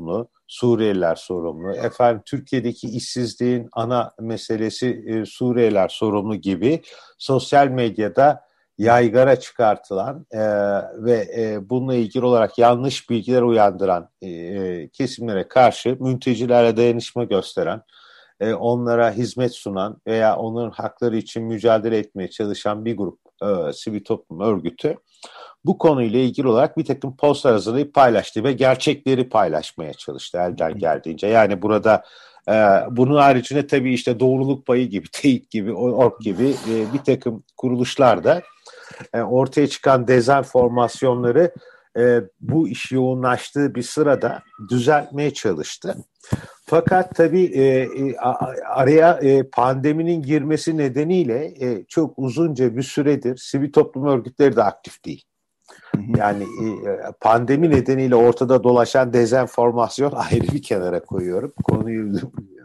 Suriyeliler sorumlu. Efendim Türkiye'deki işsizliğin ana meselesi e, Suriyeliler sorumlu gibi sosyal medyada yaygara çıkartılan e, ve e, bununla ilgili olarak yanlış bilgiler uyandıran e, kesimlere karşı mültecilerle dayanışma gösteren, e, onlara hizmet sunan veya onların hakları için mücadele etmeye çalışan bir grup e, sivil toplum örgütü bu konuyla ilgili olarak bir takım postlar hazırlayıp paylaştı ve gerçekleri paylaşmaya çalıştı elden geldiğince. Yani burada e, bunun haricinde tabii işte doğruluk payı gibi, teyit gibi, org gibi e, bir takım kuruluşlar da e, ortaya çıkan dezenformasyonları e, bu iş yoğunlaştığı bir sırada düzeltmeye çalıştı. Fakat tabii e, e, araya e, pandeminin girmesi nedeniyle e, çok uzunca bir süredir sivil toplum örgütleri de aktif değil. Yani e, pandemi nedeniyle ortada dolaşan dezenformasyon ayrı bir kenara koyuyorum. Konuyu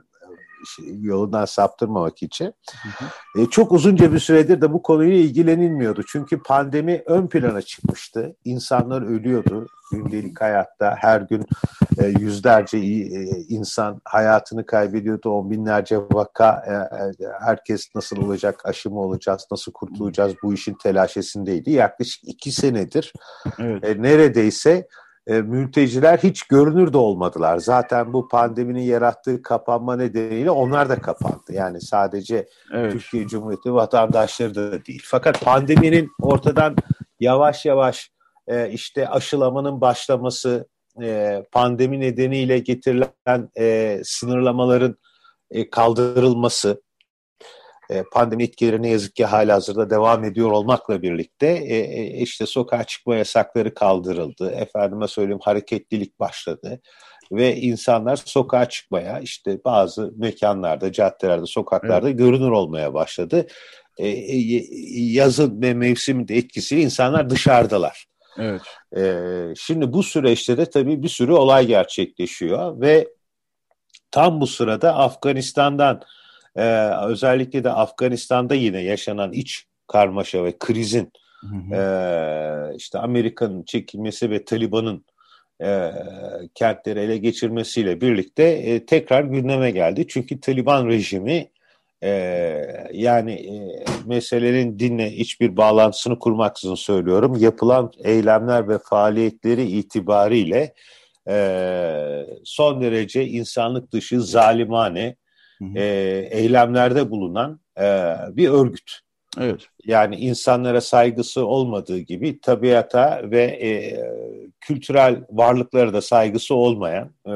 yolundan saptırmamak için. Hı hı. E, çok uzunca bir süredir de bu konuyla ilgilenilmiyordu. Çünkü pandemi ön plana çıkmıştı. İnsanlar ölüyordu gündelik hayatta. Her gün e, yüzlerce e, insan hayatını kaybediyordu. On binlerce vaka. E, herkes nasıl olacak, aşı mı olacağız, nasıl kurtulacağız bu işin telaşesindeydi. Yaklaşık iki senedir evet. e, neredeyse E, mülteciler hiç görünür de olmadılar. Zaten bu pandeminin yarattığı kapanma nedeniyle onlar da kapandı. Yani sadece evet. Türkiye Cumhuriyeti vatandaşları da değil. Fakat pandeminin ortadan yavaş yavaş e, işte aşılamanın başlaması, e, pandemi nedeniyle getirilen e, sınırlamaların e, kaldırılması, pandemi etkileri ne yazık ki halihazırda devam ediyor olmakla birlikte işte sokağa çıkma yasakları kaldırıldı. Efendime söyleyeyim hareketlilik başladı ve insanlar sokağa çıkmaya işte bazı mekanlarda, caddelerde, sokaklarda evet. görünür olmaya başladı. Yazın ve mevsimin de etkisiyle insanlar dışarıdalar. Evet. Şimdi bu süreçte de tabii bir sürü olay gerçekleşiyor ve tam bu sırada Afganistan'dan Ee, özellikle de Afganistan'da yine yaşanan iç karmaşa ve krizin hı hı. E, işte Amerika'nın çekilmesi ve Taliban'ın e, kentleri ele geçirmesiyle birlikte e, tekrar gündeme geldi. Çünkü Taliban rejimi e, yani e, meselelerin dinle hiçbir bağlantısını kurmaksızın söylüyorum. Yapılan eylemler ve faaliyetleri itibariyle e, son derece insanlık dışı, zalimane E, eylemlerde bulunan e, bir örgüt. Evet. Yani insanlara saygısı olmadığı gibi tabiata ve e, kültürel varlıklara da saygısı olmayan e,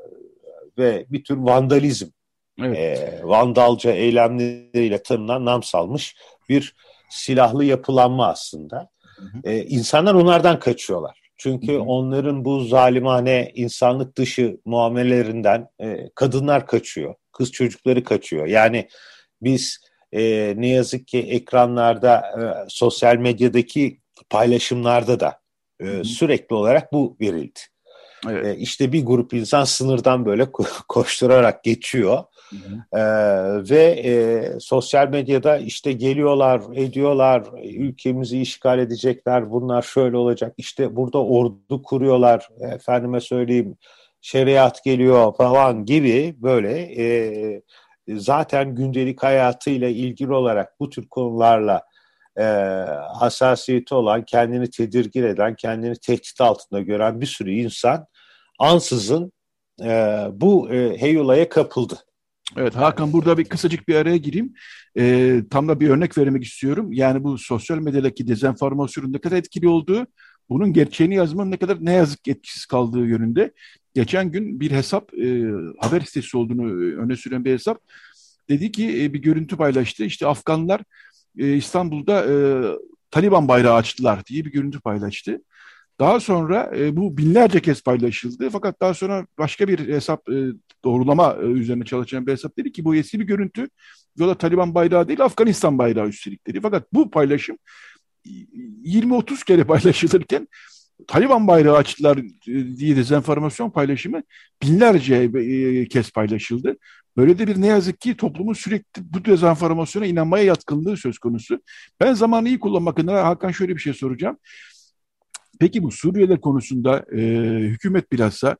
ve bir tür vandalizm, evet. e, vandalca eylemleriyle tanınan nam salmış bir silahlı yapılanma aslında. Hı hı. E, insanlar onlardan kaçıyorlar. Çünkü hı hı. onların bu zalimane, insanlık dışı muamelelerinden e, kadınlar kaçıyor. Kız çocukları kaçıyor. Yani biz e, ne yazık ki ekranlarda, e, sosyal medyadaki paylaşımlarda da e, sürekli olarak bu verildi. Evet. E, işte bir grup insan sınırdan böyle ko- koşturarak geçiyor. E, ve e, sosyal medyada işte geliyorlar, ediyorlar, ülkemizi işgal edecekler, bunlar şöyle olacak. İşte burada ordu kuruyorlar, efendime söyleyeyim, şeriat geliyor falan gibi böyle e, zaten gündelik hayatıyla ilgili olarak bu tür konularla e, hassasiyeti olan, kendini tedirgin eden, kendini tehdit altında gören bir sürü insan ansızın e, bu e, heyulaya kapıldı. Evet Hakan, burada bir kısacık bir araya gireyim. E, tam da bir örnek vermek istiyorum. Yani bu sosyal medyadaki dezenformasyonun ne kadar etkili olduğu, bunun gerçeğini yazmanın ne kadar ne yazık ki etkisiz kaldığı yönünde. Geçen gün bir hesap, e, haber sitesi olduğunu öne süren bir hesap, dedi ki e, bir görüntü paylaştı. İşte Afganlar e, İstanbul'da e, Taliban bayrağı açtılar diye bir görüntü paylaştı. Daha sonra e, bu binlerce kez paylaşıldı. Fakat daha sonra başka bir hesap, e, doğrulama e, üzerine çalışan bir hesap dedi ki bu eski bir görüntü. Yola Taliban bayrağı değil, Afganistan bayrağı üstelik dedi. Fakat bu paylaşım yirmi otuz kere paylaşılırken Taliban bayrağı açtılar diye dezenformasyon paylaşımı binlerce kez paylaşıldı. Böyle de bir ne yazık ki toplumun sürekli bu dezenformasyona inanmaya yatkınlığı söz konusu. Ben zamanı iyi kullanmak adına Hakan şöyle bir şey soracağım. Peki bu Suriyeliler konusunda e, hükümet bilhassa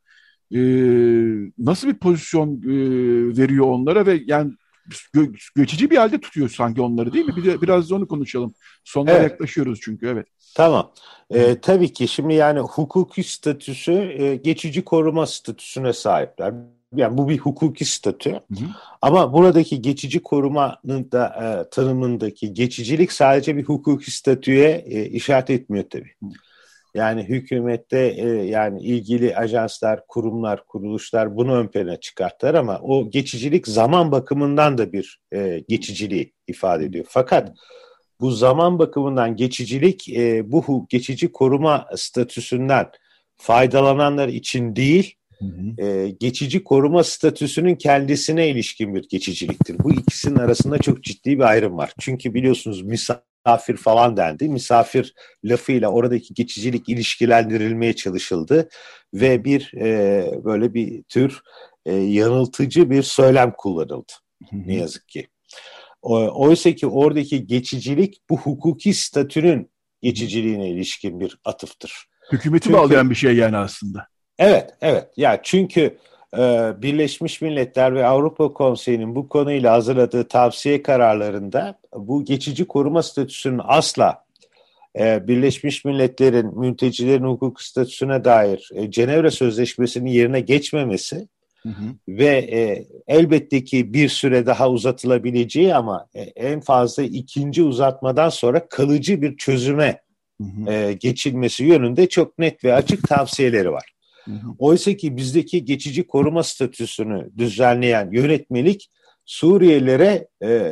e, nasıl bir pozisyon e, veriyor onlara ve yani gö geçici bir halde tutuyor sanki onları, değil mi? Bir de biraz da onu konuşalım. Sonlara Evet. yaklaşıyoruz çünkü, evet. Tamam. Ee, tabii ki şimdi yani hukuki statüsü e, geçici koruma statüsüne sahipler. Yani bu bir hukuki statü. Hı hı. Ama buradaki geçici korumanın da e, tanımındaki geçicilik sadece bir hukuki statüye e, işaret etmiyor tabii. Hı. Yani hükümette e, yani ilgili ajanslar, kurumlar, kuruluşlar bunu ön plana çıkarttılar ama o geçicilik zaman bakımından da bir e, geçiciliği ifade ediyor. Fakat bu zaman bakımından geçicilik e, bu geçici koruma statüsünden faydalananlar için değil, Hı hı. e, geçici koruma statüsünün kendisine ilişkin bir geçiciliktir. Bu ikisinin arasında çok ciddi bir ayrım var. Çünkü biliyorsunuz misafir falan dendi. Misafir lafıyla oradaki geçicilik ilişkilendirilmeye çalışıldı ve bir e, böyle bir tür e, yanıltıcı bir söylem kullanıldı. Hı hı. Ne yazık ki. Oysa ki oradaki geçicilik bu hukuki statünün geçiciliğine ilişkin bir atıftır. Hükümeti Çünkü, bağlayan bir şey yani aslında. Evet, evet. Ya çünkü e, Birleşmiş Milletler ve Avrupa Konseyi'nin bu konuyla hazırladığı tavsiye kararlarında bu geçici koruma statüsünün asla e, Birleşmiş Milletler'in mültecilerin hukuk statüsüne dair e, Cenevre Sözleşmesi'nin yerine geçmemesi, hı hı, ve e, elbette ki bir süre daha uzatılabileceği ama e, en fazla ikinci uzatmadan sonra kalıcı bir çözüme hı hı. E, geçilmesi yönünde çok net ve açık tavsiyeleri var. Hı hı. Oysa ki bizdeki geçici koruma statüsünü düzenleyen yönetmelik Suriyelilere e,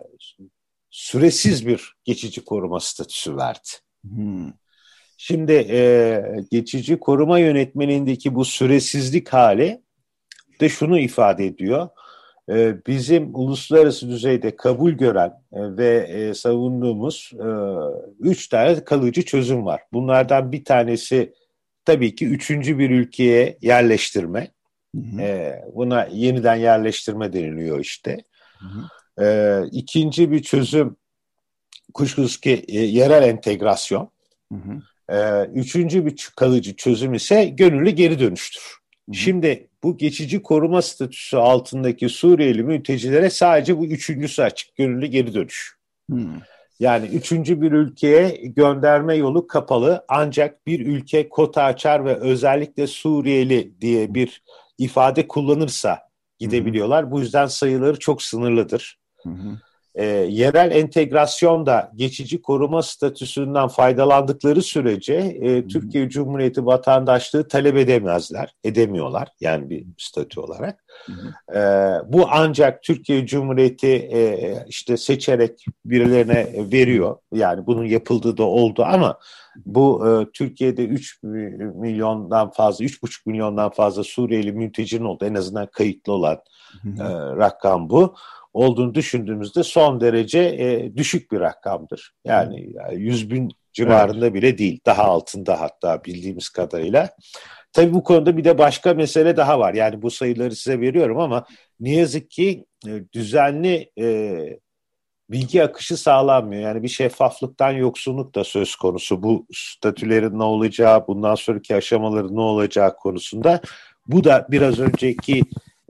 süresiz bir geçici koruma statüsü verdi. Hı. Şimdi e, geçici koruma yönetmeliğindeki bu süresizlik hali de şunu ifade ediyor. Ee, bizim uluslararası düzeyde kabul gören e, ve e, savunduğumuz e, üç tane kalıcı çözüm var. Bunlardan bir tanesi tabii ki üçüncü bir ülkeye yerleştirme. Hı hı. E, buna yeniden yerleştirme deniliyor işte. Hı hı. E, ikinci bir çözüm kuşkusuz ki e, yerel entegrasyon. Hı hı. E, üçüncü bir kalıcı çözüm ise gönüllü geri dönüştür. Hı hı. Şimdi bu geçici koruma statüsü altındaki Suriyeli mültecilere sadece bu üçüncüsü açık, gönüllü geri dönüş. Hmm. Yani üçüncü bir ülkeye gönderme yolu kapalı, ancak bir ülke kota açar ve özellikle Suriyeli diye bir ifade kullanırsa gidebiliyorlar. Hmm. Bu yüzden sayıları çok sınırlıdır. Hmm. E, yerel entegrasyon da geçici koruma statüsünden faydalandıkları sürece e, Türkiye Cumhuriyeti vatandaşlığı talep edemezler, edemiyorlar yani bir statü olarak. E, bu ancak Türkiye Cumhuriyeti e, işte seçerek birilerine veriyor. Yani bunun yapıldığı da oldu ama bu e, Türkiye'de üç milyondan fazla, üç buçuk milyondan fazla Suriyeli mültecinin oldu. En azından kayıtlı olan e, rakam bu. Olduğunu düşündüğümüzde son derece e, düşük bir rakamdır. Yani, yani yüz bin civarında evet. bile değil. Daha altında hatta bildiğimiz kadarıyla. Tabii bu konuda bir de başka mesele daha var. Yani bu sayıları size veriyorum ama ne yazık ki e, düzenli e, bilgi akışı sağlanmıyor. Yani bir şeffaflıktan yoksunluk da söz konusu. Bu statülerin ne olacağı, bundan sonraki aşamaların ne olacağı konusunda. Bu da biraz önceki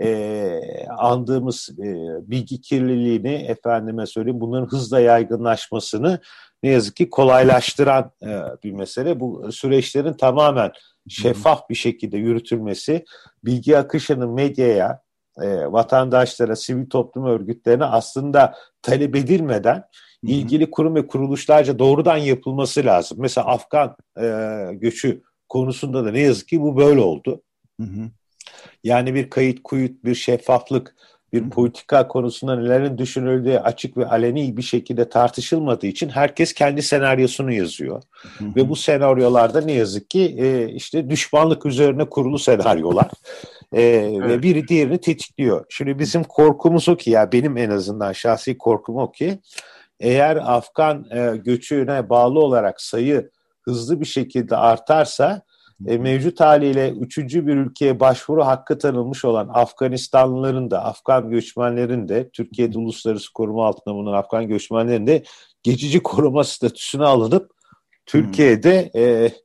e, andığımız e, bilgi kirliliğini, efendime söyleyeyim, bunların hızla yaygınlaşmasını ne yazık ki kolaylaştıran e, bir mesele. Bu süreçlerin tamamen şeffaf bir şekilde yürütülmesi, bilgi akışının medyaya, e, vatandaşlara, sivil toplum örgütlerine aslında talep edilmeden ilgili kurum ve kuruluşlarca doğrudan yapılması lazım. Mesela Afgan e, göçü konusunda da ne yazık ki bu böyle oldu. Hı hı. Yani bir kayıt kuyut, bir şeffaflık, bir hı-hı, politika konusunda nelerin düşünüldüğü açık ve aleni bir şekilde tartışılmadığı için herkes kendi senaryosunu yazıyor. Hı-hı. Ve bu senaryolarda ne yazık ki e, işte düşmanlık üzerine kurulu senaryolar e, evet. ve biri diğerini tetikliyor. Şimdi bizim korkumuz o ki, ya benim en azından şahsi korkum o ki, eğer Afgan e, göçüne bağlı olarak sayı hızlı bir şekilde artarsa, E, mevcut haliyle üçüncü bir ülkeye başvuru hakkı tanınmış olan Afganistanlıların da, Afgan göçmenlerin de, Türkiye'de uluslararası koruma altında bulunan Afgan göçmenlerin de geçici koruma statüsüne alınıp Türkiye'de e,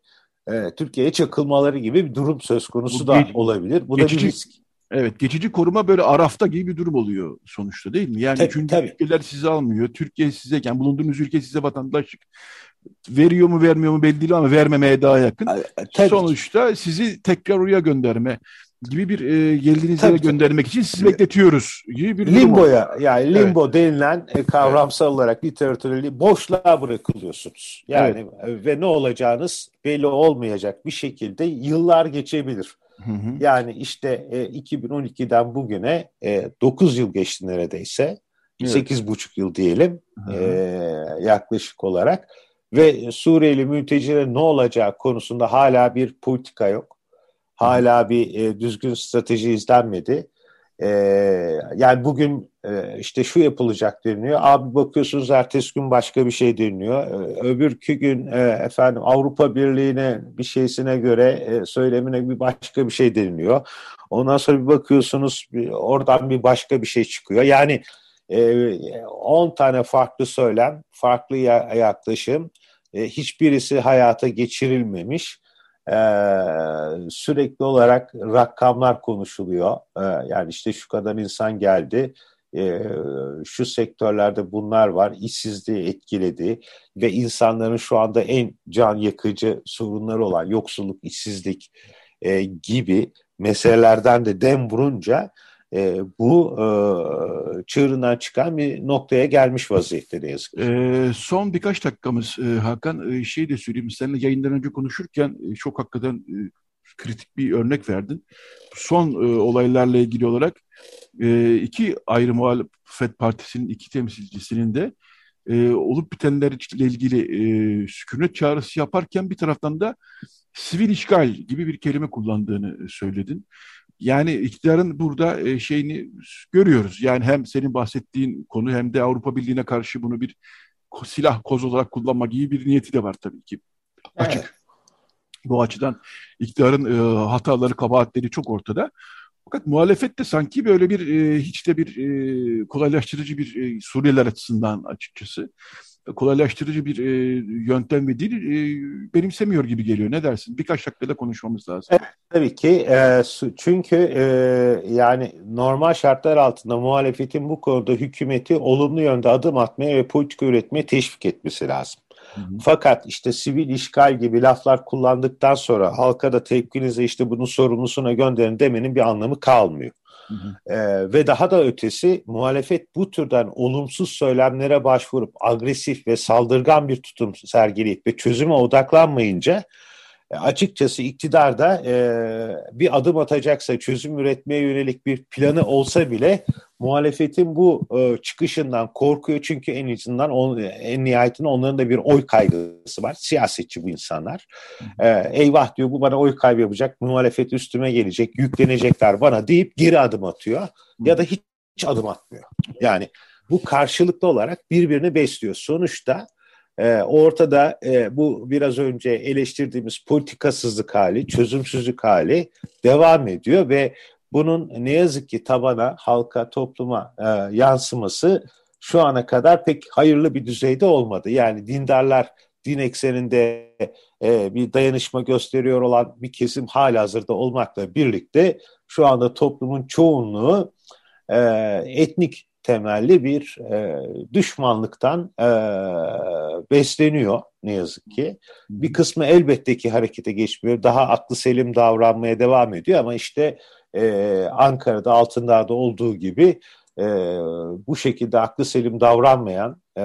e, Türkiye'ye çakılmaları gibi bir durum söz konusu Bu da geç, olabilir. Bu geçici, da bir risk. evet, geçici koruma böyle Araf'ta gibi bir durum oluyor sonuçta, değil mi? Yani Tabii, üçüncü tabii. ülkeler sizi almıyor. Türkiye size, yani bulunduğunuz ülke size vatandaşlık veriyor mu vermiyor mu belli değil ama vermemeye daha yakın. Tabii ki. Sonuçta sizi tekrar oraya gönderme gibi bir e, geldiğiniz yere Tabii, tabii. göndermek için sizi bekletiyoruz gibi bir durum Limboya, oluyor. yani Evet, limbo denilen e, kavramsal olarak literatüreli boşluğa bırakılıyorsunuz. evet. Yani e, ve ne olacağınız belli olmayacak bir şekilde yıllar geçebilir. Hı hı. Yani işte e, iki bin on ikiden bugüne e, dokuz yıl geçti neredeyse. Evet. sekiz buçuk yıl diyelim Hı e, hı. yaklaşık olarak. Ve Suriyeli mültecilere ne olacağı konusunda hala bir politika yok. Hala bir e, düzgün strateji izlenmedi. E, yani bugün e, işte şu yapılacak deniliyor. Abi bakıyorsunuz ertesi gün başka bir şey deniliyor. E, öbürkü gün e, efendim Avrupa Birliği'ne bir şeysine göre e, söylemine bir başka bir şey deniliyor. Ondan sonra bir bakıyorsunuz bir, oradan bir başka bir şey çıkıyor. Yani on e, tane farklı söylem, farklı ya, yaklaşım. E, hiçbirisi hayata geçirilmemiş. Ee, sürekli olarak rakamlar konuşuluyor. Ee, yani işte şu kadar insan geldi, ee, şu sektörlerde bunlar var, işsizliği etkiledi ve insanların şu anda en can yakıcı sorunları olan yoksulluk, işsizlik e, gibi meselelerden de dem vurunca e, bu e, çığırından çıkan bir noktaya gelmiş vaziyette ne yazık ki. E, son birkaç dakikamız e, Hakan, e, şey de söyleyeyim. Seninle yayından önce konuşurken e, çok hakikaten e, kritik bir örnek verdin. Son e, olaylarla ilgili olarak e, iki ayrı muhalefet partisinin iki temsilcisinin de e, olup bitenlerle ilgili e, sükunet çağrısı yaparken bir taraftan da sivil işgal gibi bir kelime kullandığını söyledin. Yani iktidarın burada e, şeyini görüyoruz. Yani hem senin bahsettiğin konu hem de Avrupa Birliği'ne karşı bunu bir silah koz olarak kullanma gibi bir niyeti de var tabii ki. Açık. Evet. Bu açıdan iktidarın e, hataları, kabahatleri çok ortada. Fakat muhalefet de sanki böyle bir e, hiç de bir e, kolaylaştırıcı bir e, Suriyeliler açısından açıkçası kolaylaştırıcı bir e, yöntem ve dil e, benimsemiyor gibi geliyor. Ne dersin? Birkaç dakikada konuşmamız lazım. Evet, tabii ki. E, çünkü e, yani normal şartlar altında muhalefetin bu konuda hükümeti olumlu yönde adım atmaya ve politika üretmeye teşvik etmesi lazım. Hı hı. Fakat işte sivil işgal gibi laflar kullandıktan sonra halka da tepkinizi işte bunun sorumlusuna gönderin demenin bir anlamı kalmıyor. Hı hı. Ee, ve daha da ötesi muhalefet bu türden olumsuz söylemlere başvurup agresif ve saldırgan bir tutum sergileyip ve çözüme odaklanmayınca e, açıkçası iktidar da e, bir adım atacaksa çözüm üretmeye yönelik bir planı olsa bile muhalefetin bu e, çıkışından korkuyor çünkü en azından on, en nihayetinde onların da bir oy kaygısı var. Siyasetçi bu insanlar. E, eyvah diyor bu bana oy kaybı yapacak, muhalefet üstüme gelecek, yüklenecekler bana deyip geri adım atıyor ya da hiç, hiç adım atmıyor. Yani bu karşılıklı olarak birbirini besliyor. Sonuçta e, ortada e, bu biraz önce eleştirdiğimiz politikasızlık hali, çözümsüzlük hali devam ediyor ve bunun ne yazık ki tabana, halka, topluma e, yansıması şu ana kadar pek hayırlı bir düzeyde olmadı. Yani dindarlar din ekseninde e, bir dayanışma gösteriyor olan bir kesim halihazırda olmakla birlikte şu anda toplumun çoğunluğu e, etnik temelli bir e, düşmanlıktan e, besleniyor ne yazık ki. Bir kısmı elbette ki harekete geçmiyor. Daha aklı selim davranmaya devam ediyor ama işte Ee, Ankara'da, Altındağ'da olduğu gibi e, bu şekilde aklı selim davranmayan, e,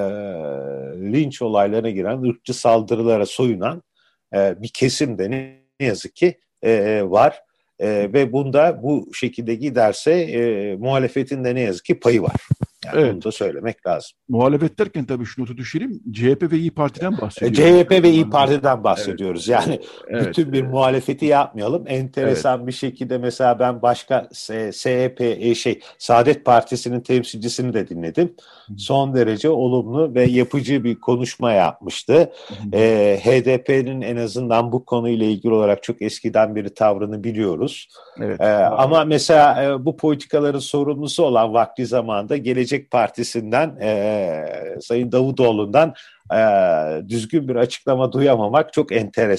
linç olaylarına giren, ırkçı saldırılara soyunan e, bir kesim de ne, ne yazık ki e, var. E, ve bunda bu şekilde giderse e, muhalefetin de ne yazık ki payı var. Yani evet. Bunu da söylemek lazım. Muhalefet derken tabii şu notu düşüreyim. C H P ve İYİ Parti'den bahsediyoruz. C H P ve İYİ Parti'den bahsediyoruz. Evet. Yani evet. bütün bir muhalefeti yapmayalım. Enteresan evet. bir şekilde mesela ben başka S H P şey Saadet Partisi'nin temsilcisini de dinledim. Son derece olumlu ve yapıcı bir konuşma yapmıştı. Ee, H D P'nin en azından bu konuyla ilgili olarak çok eskiden beri tavrını biliyoruz. Evet. Ee, ama mesela e, bu politikaların sorumlusu olan vakti zamanında Gelecek Partisi'nden e, Sayın Davutoğlu'ndan e, düzgün bir açıklama duyamamak çok enteresan.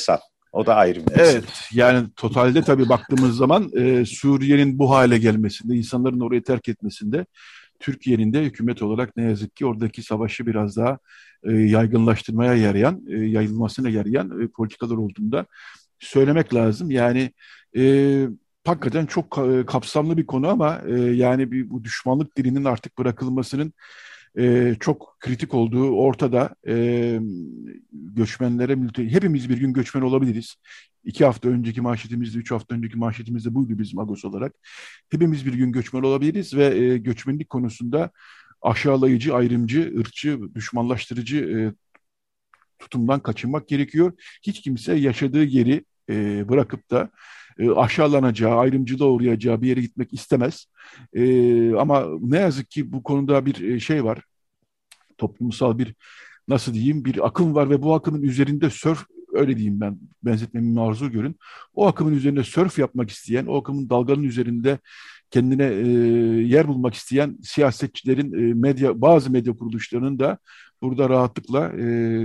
O da ayrı bir mesele. Evet, yani totalde tabii baktığımız zaman e, Suriye'nin bu hale gelmesinde, insanların orayı terk etmesinde, Türkiye'nin de hükümet olarak ne yazık ki oradaki savaşı biraz daha e, yaygınlaştırmaya yarayan, e, yayılmasına yarayan e, politikalar olduğunda söylemek lazım. Yani e, hakikaten çok ka- kapsamlı bir konu ama e, yani bir, bu düşmanlık dilinin artık bırakılmasının e, çok kritik olduğu ortada. E, göçmenlere, mülteci, hepimiz bir gün göçmen olabiliriz. İki hafta önceki manşetimizde, üç hafta önceki manşetimizde buydu bizim Agos olarak. Hepimiz bir gün göçmen olabiliriz ve e, göçmenlik konusunda aşağılayıcı, ayrımcı, ırkçı, düşmanlaştırıcı e, tutumdan kaçınmak gerekiyor. Hiç kimse yaşadığı yeri e, bırakıp da e, aşağılanacağı, ayrımcılığa uğrayacağı bir yere gitmek istemez. E, ama ne yazık ki bu konuda bir e, şey var. Toplumsal bir, nasıl diyeyim, bir akım var ve bu akımın üzerinde sörf, öyle diyeyim ben, benzetmemi marzu görün. O akımın üzerinde sörf yapmak isteyen, o akımın dalganın üzerinde kendine e, yer bulmak isteyen siyasetçilerin, e, medya, bazı medya kuruluşlarının da burada rahatlıkla e,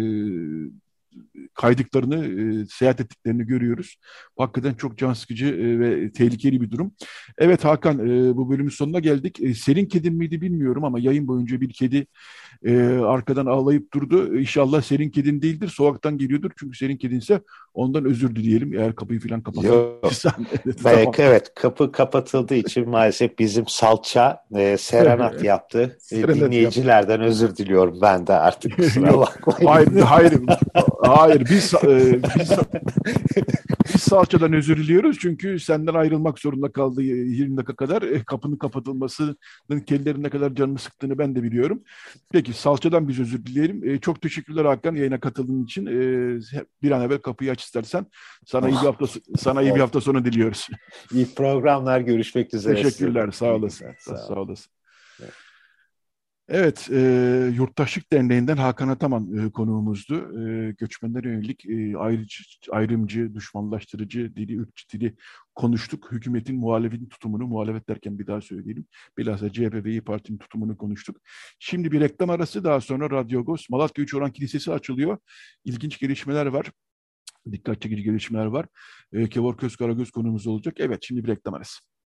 kaydıklarını, e, seyahat ettiklerini görüyoruz. Hakikaten çok can sıkıcı e, ve tehlikeli bir durum. Evet Hakan, e, bu bölümün sonuna geldik. E, senin kedin miydi bilmiyorum ama yayın boyunca bir kedi e, arkadan ağlayıp durdu. İnşallah senin kedin değildir, sokaktan geliyordur. Çünkü senin kedinse ondan özür dileyelim eğer kapıyı falan kapattıysan. Evet, tamam. Evet, kapı kapatıldığı için maalesef bizim salça e, serenat yaptı. Serenat Dinleyicilerden yaptı. Özür diliyorum ben de artık, kusura bakmayın. Hayır, hayır, hayır. Biz, e, biz, biz salçadan özür diliyoruz çünkü senden ayrılmak zorunda kaldı yirmi dakika kadar. E, kapının kapatılmasının kedilerin ne kadar canını sıktığını ben de biliyorum. Peki salçadan biz özür dileyelim. E, çok teşekkürler Hakan yayına katıldığın için. E, bir an evvel kapıyı aç istersen. Sana iyi bir hafta sana iyi bir hafta sonu diliyoruz. İyi programlar, görüşmek üzere. Teşekkürler, sağ olasın. Sağ, sağ olasın. Evet. Evet, e, Yurttaşlık Derneği'nden Hakan Ataman e, konuğumuzdu. E, göçmenlere yönelik e, ayrıcı, ayrımcı, düşmanlaştırıcı dili, ırkçı dili konuştuk. Hükümetin, muhalefetin tutumunu, muhalefet derken bir daha söyleyelim. Bilhassa C H P ve İYİ Parti'nin tutumunu konuştuk. Şimdi bir reklam arası, daha sonra Radyo Agos, Malatya Üç Oran Kilisesi açılıyor. İlginç gelişmeler var. Dikkat çekici gelişmeler var. E, Kevork Özkaragöz konuğumuz olacak. Evet, şimdi bir reklam arası.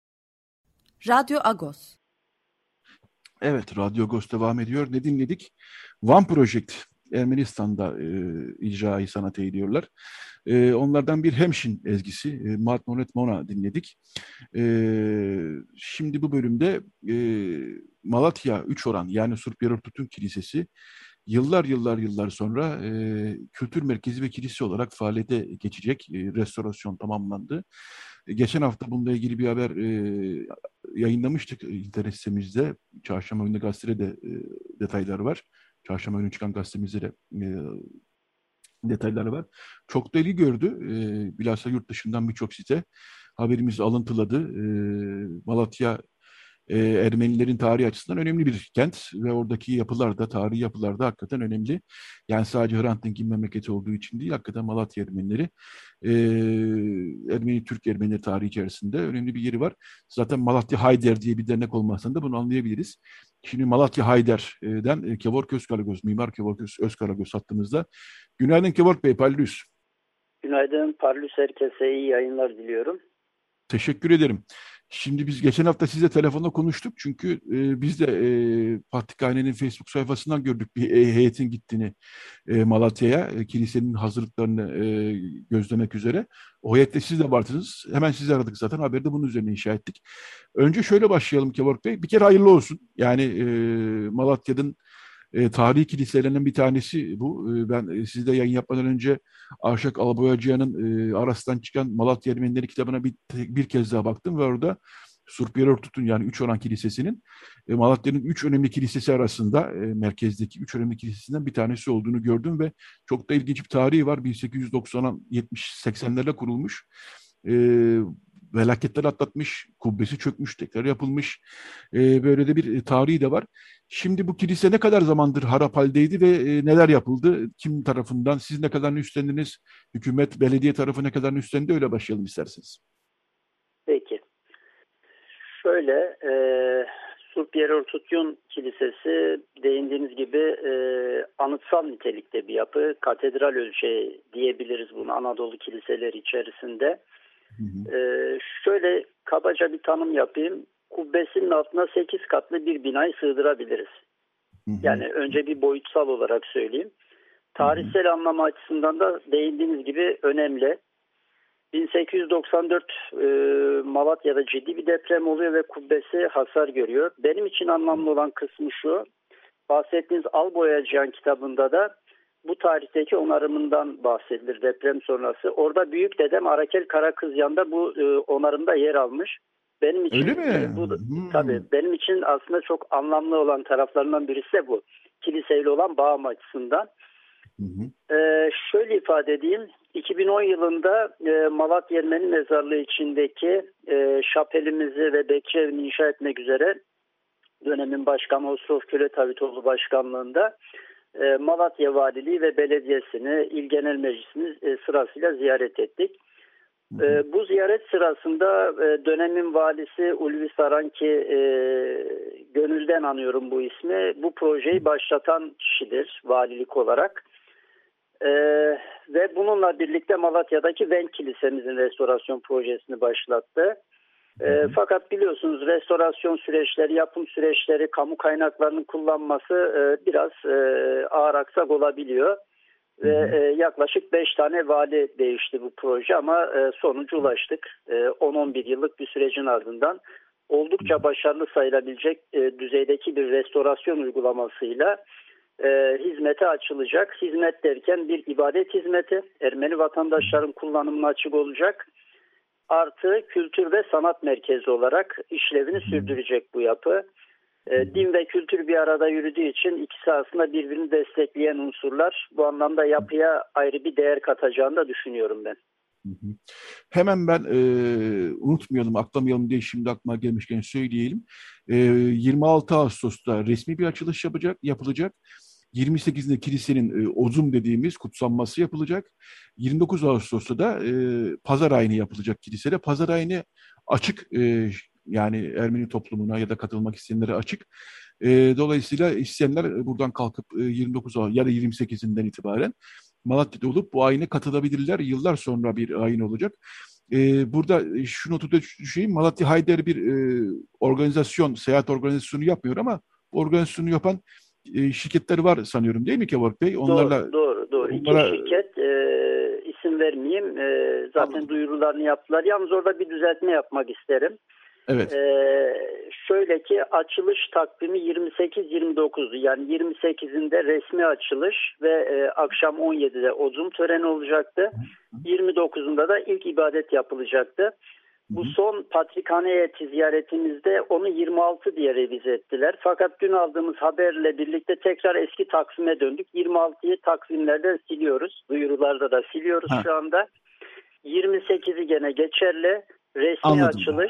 Radyo Agos. Evet, Radyo Agos devam ediyor. Ne dinledik? One Project, Ermenistan'da e, icrayı sanat ediyorlar. E, onlardan bir Hemşin ezgisi, e, Mat Monet Mona dinledik. E, şimdi bu bölümde e, Malatya Üç Oran, yani Surp Yerortutun Kilisesi, yıllar yıllar yıllar sonra e, kültür merkezi ve kilise olarak faaliyete geçecek. E, restorasyon tamamlandı. E, geçen hafta bununla ilgili bir haber e, yayınlamıştık internet sitemizde. Çarşamba günü gazetede de e, detayları var. Çarşamba günü çıkan gazetemizde de e, detayları var. Çok da ilgi gördü. E, bilhassa yurt dışından birçok site haberimizi alıntıladı. E, Malatya e, Ermenilerin tarihi açısından önemli bir kent ve oradaki yapılar da, tarihi yapılar da hakikaten önemli. Yani sadece Hrant Dink'in memleketi olduğu için değil, hakikaten Malatya Ermenileri, e, Ermeni, Türk Ermenileri tarihi içerisinde önemli bir yeri var. Zaten Malatya Hayder diye bir dernek olmasından da bunu anlayabiliriz. Şimdi Malatya Hayder'den Kevork Özkaragöz, Mimar Kevork Özkaragöz hattımızda. Günaydın Kevork Bey, parlus. Günaydın parlus, herkese iyi yayınlar diliyorum. Teşekkür ederim. Şimdi biz geçen hafta sizle telefonla konuştuk çünkü e, biz de e, Patrikhane'nin Facebook sayfasından gördük bir e, heyetin gittiğini e, Malatya'ya, e, kilisenin hazırlıklarını e, gözlemek üzere. O heyette siz de vardınız. Hemen sizi aradık zaten. Haberi de bunun üzerine inşa ettik. Önce şöyle başlayalım Kevork Bey. Bir kere hayırlı olsun. Yani e, Malatya'nın E, tarihi kiliselerinden bir tanesi bu. E, ben e, sizde yayın yapmadan önce Arşak Alaboyacıyan'ın e, Aras'tan çıkan Malatya Ermenileri kitabına bir, bir kez daha baktım ve orada Surp Yerortutun, yani Üç Oran Kilisesi'nin e, Malatya'nın üç önemli kilisesi arasında, e, merkezdeki üç önemli kilisesinden bir tanesi olduğunu gördüm ve çok da ilginç bir tarihi var. bin sekiz yüz doksan yetmiş seksenlerde kurulmuş. E, felaketler atlatmış, kubbesi çökmüş, tekrar yapılmış. E, böyle de bir e, tarihi de var. Şimdi bu kilise ne kadar zamandır harap haldeydi ve e, neler yapıldı? Kim tarafından? Siz ne kadar üstlendiniz? Hükümet, belediye tarafı ne kadar üstlendi? Öyle başlayalım isterseniz. Peki. Şöyle, e, Sur Piero Tutyon Kilisesi değindiğiniz gibi e, anıtsal nitelikte bir yapı. Katedral ölçeği diyebiliriz bunu Anadolu kiliseleri içerisinde. Hı hı. E, şöyle kabaca bir tanım yapayım. Kubbesinin altına sekiz katlı bir binayı sığdırabiliriz. Hı hı. Yani önce bir boyutsal olarak söyleyeyim. Tarihsel hı hı. anlamı açısından da değindiğiniz gibi önemli. bin sekiz yüz doksan dört e, Malatya'da ciddi bir deprem oluyor ve kubbesi hasar görüyor. Benim için anlamlı olan kısmı şu. Bahsettiğiniz Alboyacıyan kitabında da bu tarihteki onarımından bahsedilir deprem sonrası. Orada büyük dedem Arakel Karakızyan da bu e, onarımda yer almış. Benim için öyle mi? E, bu Hmm. tabii benim için aslında çok anlamlı olan taraflarından birisi de bu. Kiliseyle olan bağım açısından. Hı hı. Ee, şöyle ifade edeyim. iki bin on yılında e, Malatya Ermeni Mezarlığı içindeki e, şapelimizi ve bekçi evini inşa etmek üzere dönemin başkanı Osrof Köle Tavitoğlu başkanlığında e, Malatya Valiliği ve Belediyesini, İl Genel Meclisi'ni e, sırasıyla ziyaret ettik. Hı hı. E, bu ziyaret sırasında e, dönemin valisi Ulvi Saranki, e, gönülden anıyorum bu ismi, bu projeyi başlatan kişidir valilik olarak. Ee, ve bununla birlikte Malatya'daki Ven Kilisemizin restorasyon projesini başlattı. Ee, fakat biliyorsunuz restorasyon süreçleri, yapım süreçleri, kamu kaynaklarının kullanması e, biraz e, ağır aksak olabiliyor. Ve e, yaklaşık beş tane vali değişti bu proje ama e, sonuca ulaştık. E, on on bir yıllık bir sürecin ardından oldukça başarılı sayılabilecek e, düzeydeki bir restorasyon uygulamasıyla E, hizmete açılacak. Hizmet derken bir ibadet hizmeti, Ermeni vatandaşların kullanımına açık olacak. Artı kültür ve sanat merkezi olarak işlevini sürdürecek bu yapı. E, din ve kültür bir arada yürüdüğü için ikisi aslında birbirini destekleyen unsurlar. Bu anlamda yapıya ayrı bir değer katacağını da düşünüyorum ben. Hı hı. Hemen ben e, unutmayalım, atlamayalım diye şimdi aklıma gelmişken söyleyelim. E, yirmi altı Ağustos'ta resmi bir açılış yapacak, yapılacak. yirmi sekizinde kilisenin e, ozum dediğimiz kutsanması yapılacak. yirmi dokuz Ağustos'ta da e, pazar ayini yapılacak kilisede. Pazar ayini açık, e, yani Ermeni toplumuna ya da katılmak isteyenlere açık. E, dolayısıyla isteyenler buradan kalkıp e, yirmi dokuz ya da yirmi sekizinden itibaren Malatya'da olup bu ayine katılabilirler. Yıllar sonra bir ayin olacak. Ee, burada şu notu da düşeyim. Malatya Hayder bir e, organizasyon, seyahat organizasyonu yapmıyor ama organizasyonu yapan e, şirketler var sanıyorum, değil mi Kevork Bey? Onlarla, doğru, doğru. doğru. Onlara... İki şirket, e, isim vermeyeyim. E, zaten Anladım. Duyurularını yaptılar. Yalnız orada bir düzeltme yapmak isterim. Evet. Ee, şöyle ki açılış takvimi yirmi sekiz yirmi dokuzdu. Yani yirmi sekizinde resmi açılış ve e, akşam on yedide ozum töreni olacaktı. yirmi dokuzunda da ilk ibadet yapılacaktı. Bu son Patrikhane heyeti ziyaretimizde onu yirmi altı diye revize ettiler. Fakat dün aldığımız haberle birlikte tekrar eski takvime döndük. yirmi altıyı takvimlerden siliyoruz. Duyurularda da siliyoruz ha. şu anda. yirmi sekizi gene geçerli. Resmi Anladım. açılış.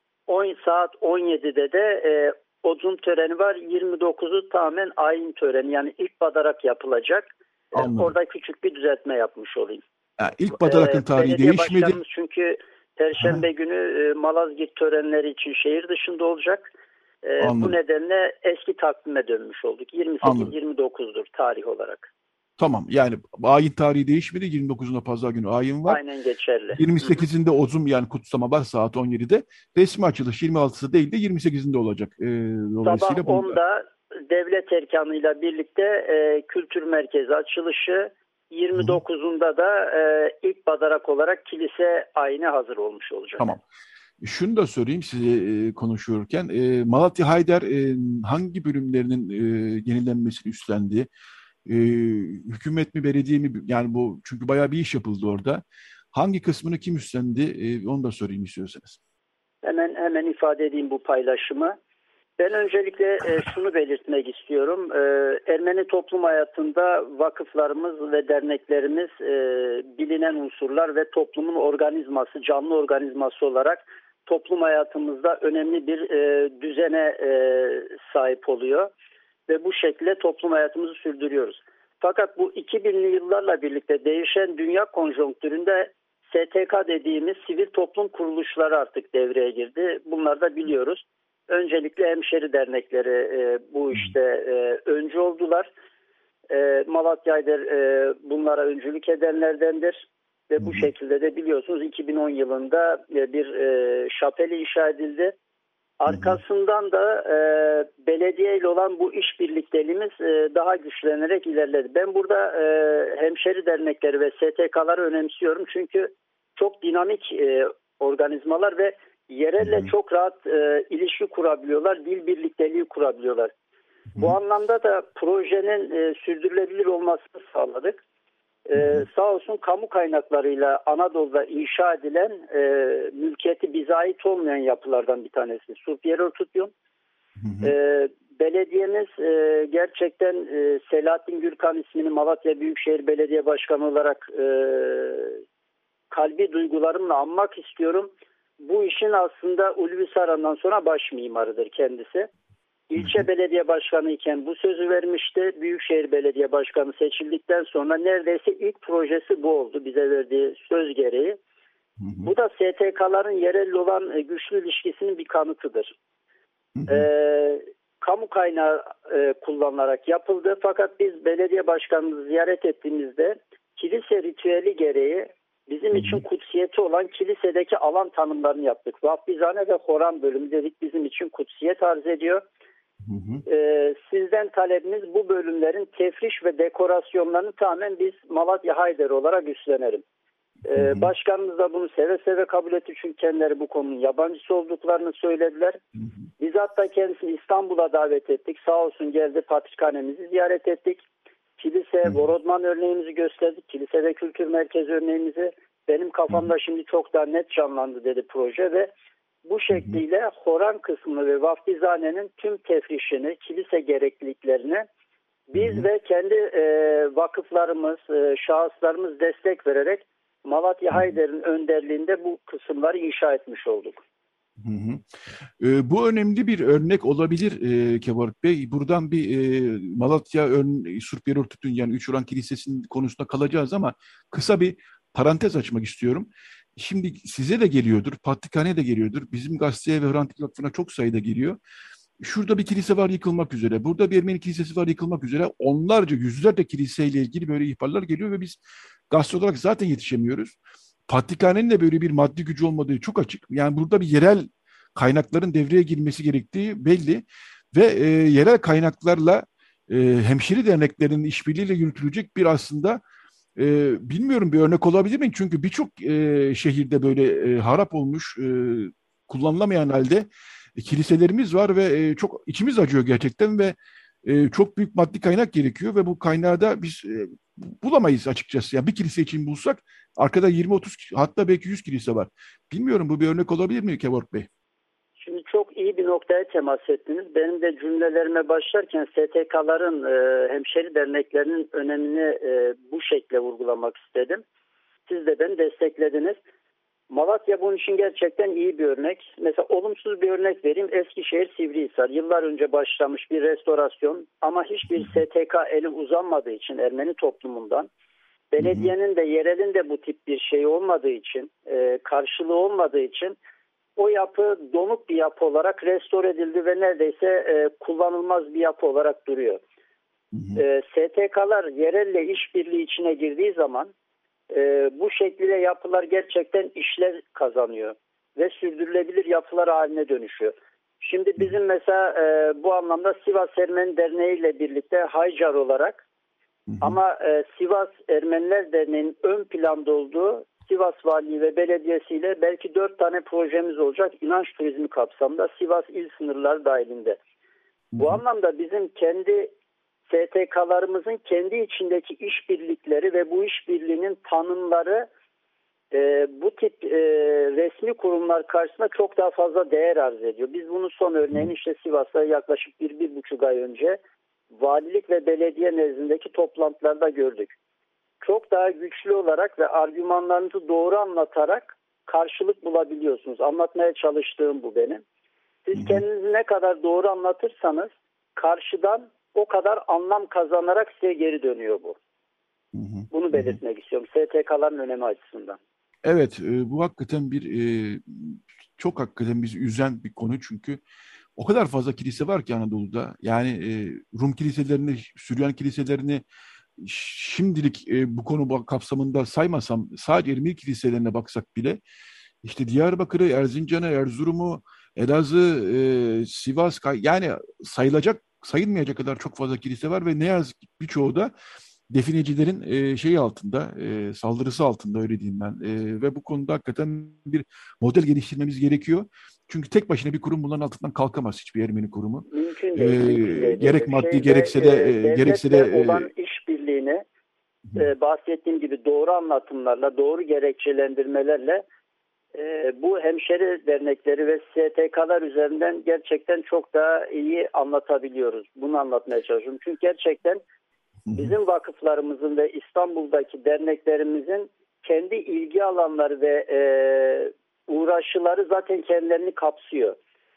on saat on yedide de e, ozum töreni var. yirmi dokuzu tamamen ayin töreni, yani ilk badarak yapılacak. E, orada küçük bir düzeltme yapmış olayım. Ya, ilk badarakın tarihi e, değişmedi. Çünkü Perşembe ha. günü e, Malazgirt törenleri için şehir dışında olacak. E, bu nedenle eski takvime dönmüş olduk. yirmi sekiz yirmi dokuzdur tarih olarak. Tamam, yani ayin tarihi değişmedi. yirmi dokuzunda pazar günü ayin var. Aynen geçerli. yirmi sekizinde ozum, yani kutsama var saat on yedide. Resmi açılış yirmi altısı değil de yirmi sekizinde olacak. Ee, dolayısıyla Sabah onda devlet erkanıyla birlikte e, kültür merkezi açılışı, yirmi dokuzunda da e, ilk badarak olarak kilise ayine hazır olmuş olacak. Tamam. Şunu da sorayım size e, konuşurken. E, Malatya Hayder e, hangi bölümlerinin e, yenilenmesini üstlendi? Ee, hükümet mi, belediye mi? Yani bu, çünkü bayağı bir iş yapıldı orada. Hangi kısmını kim üstlendi? Ee, onu da sorayım istiyorsanız. Hemen hemen ifade edeyim bu paylaşımı. Ben öncelikle e, şunu belirtmek istiyorum. E, Ermeni toplum hayatında vakıflarımız ve derneklerimiz e, bilinen unsurlar ve toplumun organizması, canlı organizması olarak toplum hayatımızda önemli bir e, düzene e, sahip oluyor. Ve bu şekilde toplum hayatımızı sürdürüyoruz. Fakat bu iki binli yıllarla birlikte değişen dünya konjonktüründe S T K dediğimiz sivil toplum kuruluşları artık devreye girdi. Bunları da biliyoruz. Öncelikle hemşeri dernekleri e, bu işte e, öncü oldular. E, Malatya Ayder e, bunlara öncülük edenlerdendir. Ve bu şekilde de biliyorsunuz iki bin on yılında e, bir e, şapeli inşa edildi. Arkasından da e, belediye ile olan bu işbirlikteliğimiz e, daha güçlenerek ilerledi. Ben burada e, hemşeri dernekleri ve S T K'ları önemsiyorum. Çünkü çok dinamik e, organizmalar ve yerelle çok rahat e, ilişki kurabiliyorlar, dil birlikteliği kurabiliyorlar. Bu anlamda da projenin e, sürdürülebilir olmasını sağladık. Ee, sağ olsun kamu kaynaklarıyla Anadolu'da inşa edilen e, mülkiyeti bize ait olmayan yapılardan bir tanesi Surpiero Tutyum. Ee, belediyemiz e, gerçekten e, Selahattin Gürkan ismini Malatya Büyükşehir Belediye Başkanı olarak e, kalbi duygularımla anmak istiyorum. Bu işin aslında Ulvi Saran'dan sonra baş mimarıdır kendisi. İlçe belediye başkanı iken bu sözü vermişti. Büyükşehir Belediye Başkanı seçildikten sonra neredeyse ilk projesi bu oldu. Bize verdiği söz gereği. Hı hı. Bu da S T K'ların yerel olan güçlü ilişkisinin bir kanıtıdır. Hı hı. Ee, kamu kaynağı e, kullanılarak yapıldı. Fakat biz belediye başkanımızı ziyaret ettiğimizde kilise ritüeli gereği bizim için kutsiyeti olan kilisedeki alan tanımlarını yaptık. Vafizhane ve Horan bölümü dedik bizim için kutsiyet arz ediyor. Hı hı. Ee, sizden talebimiz bu bölümlerin tefriş ve dekorasyonlarını tamamen biz Malatya Hayder olarak üstlenelim. Ee, hı hı. Başkanımız da bunu seve seve kabul etti çünkü kendileri bu konunun yabancısı olduklarını söylediler. Hı hı. Biz hatta kendisini İstanbul'a davet ettik. Sağ olsun geldi, patrikhanemizi ziyaret ettik. Kilise, hı hı. Borodman örneğimizi gösterdik. Kilise ve Kültür Merkezi örneğimizi. Benim kafamda hı hı. şimdi çok daha net canlandı dedi proje ve bu şekliyle Horan kısmını ve vaftizhanenin tüm tefrişini, kilise gerekliliklerini biz hı hı. ve kendi e, vakıflarımız, e, şahıslarımız destek vererek Malatya Hayder'in önderliğinde bu kısımları inşa etmiş olduk. Hı hı. E, bu önemli bir örnek olabilir e, Kevork Bey. Buradan bir e, Malatya Surpiero Tutyum yani Üç Uran Kilisesi'nin konusunda kalacağız ama kısa bir parantez açmak istiyorum. Şimdi size de geliyordur, patrikhaneye de geliyordur. Bizim gazeteye ve Hrant Dink Vakfı'na çok sayıda geliyor. Şurada bir kilise var yıkılmak üzere. Burada bir Ermeni kilisesi var yıkılmak üzere. Onlarca, yüzlerce kiliseyle ilgili böyle ihbarlar geliyor ve biz gazete olarak zaten yetişemiyoruz. Patrikhanenin de böyle bir maddi gücü olmadığı çok açık. Yani burada bir yerel kaynakların devreye girmesi gerektiği belli. Ve e, yerel kaynaklarla e, hemşire derneklerinin işbirliğiyle yürütülecek bir aslında Ee, bilmiyorum bir örnek olabilir mi? Çünkü birçok e, şehirde böyle e, harap olmuş, e, kullanılamayan halde e, kiliselerimiz var ve e, çok içimiz acıyor gerçekten ve e, çok büyük maddi kaynak gerekiyor ve bu kaynağı da biz e, bulamayız açıkçası. Yani bir kilise için bulsak arkada yirmi otuz hatta belki yüz kilise var. Bilmiyorum bu bir örnek olabilir mi Kevork Bey? Şimdi çok iyi bir noktaya temas ettiniz. Benim de cümlelerime başlarken S T K'ların, e, hemşeri derneklerinin önemini e, bu şekilde vurgulamak istedim. Siz de beni desteklediniz. Malatya bunun için gerçekten iyi bir örnek. Mesela olumsuz bir örnek vereyim. Eskişehir Sivrihisar. Yıllar önce başlamış bir restorasyon ama hiçbir S T K eli uzanmadığı için Ermeni toplumundan, belediyenin de yerelin de bu tip bir şey olmadığı için, e, karşılığı olmadığı için o yapı donuk bir yapı olarak restore edildi ve neredeyse e, kullanılmaz bir yapı olarak duruyor. Hı hı. E, S T K'lar yerelle işbirliği içine girdiği zaman e, bu şekilde yapılar gerçekten işlev kazanıyor ve sürdürülebilir yapılar haline dönüşüyor. Şimdi bizim mesela e, bu anlamda Sivas Ermeni Derneği ile birlikte Haycar olarak hı hı. ama e, Sivas Ermeniler Derneği'nin ön planda olduğu Sivas Valiliği ve Belediyesi'yle belki dört tane projemiz olacak inanç turizmi kapsamında Sivas il sınırları dahilinde. Bu Hı. anlamda bizim kendi S T K'larımızın kendi içindeki işbirlikleri ve bu işbirliğinin tanımları e, bu tip e, resmi kurumlar karşısında çok daha fazla değer arz ediyor. Biz bunun son örneğini işte Sivas'ta yaklaşık bir, bir buçuk ay önce valilik ve belediye nezdindeki toplantılarda gördük. Çok daha güçlü olarak ve argümanlarınızı doğru anlatarak karşılık bulabiliyorsunuz. Anlatmaya çalıştığım bu benim. Siz kendinizi ne kadar doğru anlatırsanız karşıdan o kadar anlam kazanarak size geri dönüyor bu. Bunu belirtmek istiyorum. S T K'ların önemi açısından. Evet, bu hakikaten bir çok hakikaten bizi üzen bir konu çünkü o kadar fazla kilise var ki Anadolu'da. Yani e, Rum kiliselerini, Süryani kiliselerini şimdilik e, bu konu kapsamında saymasam, sadece Ermeni kiliselerine baksak bile işte Diyarbakır'ı, Erzincan'ı, Erzurum'u, Elazığ, e, Sivas, yani sayılacak, sayılmayacak kadar çok fazla kilise var ve ne yazık ki birçoğu da definecilerin e, şeyi altında, e, saldırısı altında, öyle diyeyim ben. E, ve bu konuda hakikaten bir model geliştirmemiz gerekiyor. Çünkü tek başına bir kurum bunların altından kalkamaz, hiçbir Ermeni kurumu. Mümkün E, değil. Mümkün değil gerek maddi şey. gerekse Ve, de e, e, gerekse de devletle e, olan işbirliğini e, bahsettiğim gibi doğru anlatımlarla, doğru gerekçelendirmelerle e, bu hemşeri dernekleri ve S T K'lar üzerinden gerçekten çok daha iyi anlatabiliyoruz. Bunu anlatmaya çalışıyorum. Çünkü gerçekten bizim vakıflarımızın ve İstanbul'daki derneklerimizin kendi ilgi alanları ve e, uğraşıları zaten kendilerini kapsıyor.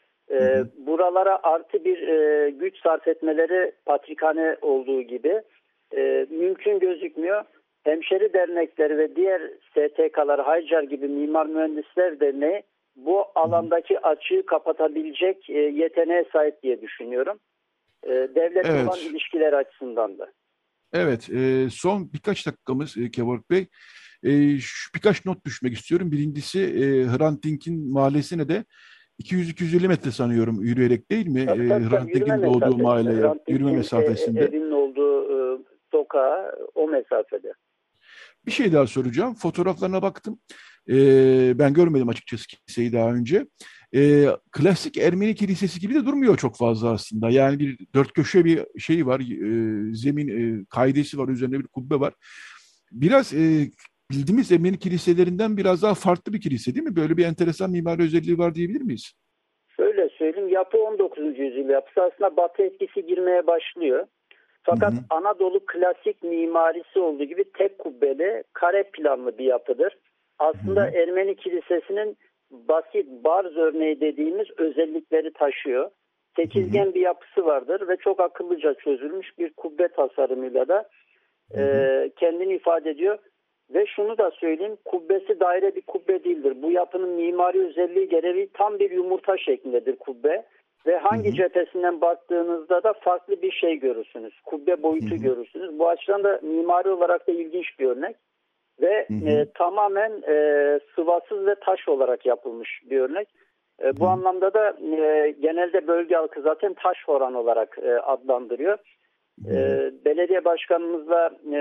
E, buralara artı bir e, güç sarf etmeleri patrikhane olduğu gibi e, mümkün gözükmüyor. Hemşeri dernekleri ve diğer S T K'lar, Haycar gibi Mimar Mühendisler Derneği bu alandaki açığı kapatabilecek e, yeteneğe sahip diye düşünüyorum. E, devletle evet. olan ilişkiler açısından da. Evet, e, son birkaç dakikamız e, Kevork Bey. E, şu, birkaç not düşmek istiyorum. Birincisi e, Hrant Dink'in mahallesine de iki yüz iki yüz elli metre sanıyorum yürüyerek, değil mi? Tabii, tabii, E, tabii. Hrant Dink'in doğduğu mahalleye, Hrant yürüme Dink'in mesafesinde. evinin olduğu e, sokağa o mesafede. Bir şey daha soracağım. Fotoğraflarına baktım. E, ben görmedim açıkçası kiliseyi daha önce. E, klasik Ermeni kilisesi gibi de durmuyor çok fazla aslında. Yani bir dört köşe bir şey var. E, zemin e, kaidesi var. Üzerinde bir kubbe var. Biraz e, bildiğimiz Ermeni kiliselerinden biraz daha farklı bir kilise, değil mi? Böyle bir enteresan mimari özelliği var diyebilir miyiz? Şöyle söyleyeyim. Yapı on dokuzuncu yüzyıl yapısı, aslında Batı etkisi girmeye başlıyor. Fakat hı hı. Anadolu klasik mimarisi olduğu gibi tek kubbeli, kare planlı bir yapıdır. Aslında hı hı. Ermeni kilisesinin basit barz örneği dediğimiz özellikleri taşıyor. Sekizgen hı hı. bir yapısı vardır ve çok akıllıca çözülmüş bir kubbe tasarımıyla da hı hı. E, kendini ifade ediyor. Ve şunu da söyleyeyim, kubbesi daire bir kubbe değildir. Bu yapının mimari özelliği gereği tam bir yumurta şeklindedir kubbe. Ve hangi hı hı. cephesinden baktığınızda da farklı bir şey görürsünüz. Kubbe boyutu hı hı. görürsünüz. Bu açıdan da mimari olarak da ilginç bir örnek. Ve hı hı. E, tamamen e, sıvasız ve taş olarak yapılmış bir örnek. E, bu hı hı. anlamda da e, genelde bölge halkı zaten taş oran olarak e, adlandırıyor. E, belediye başkanımızla e,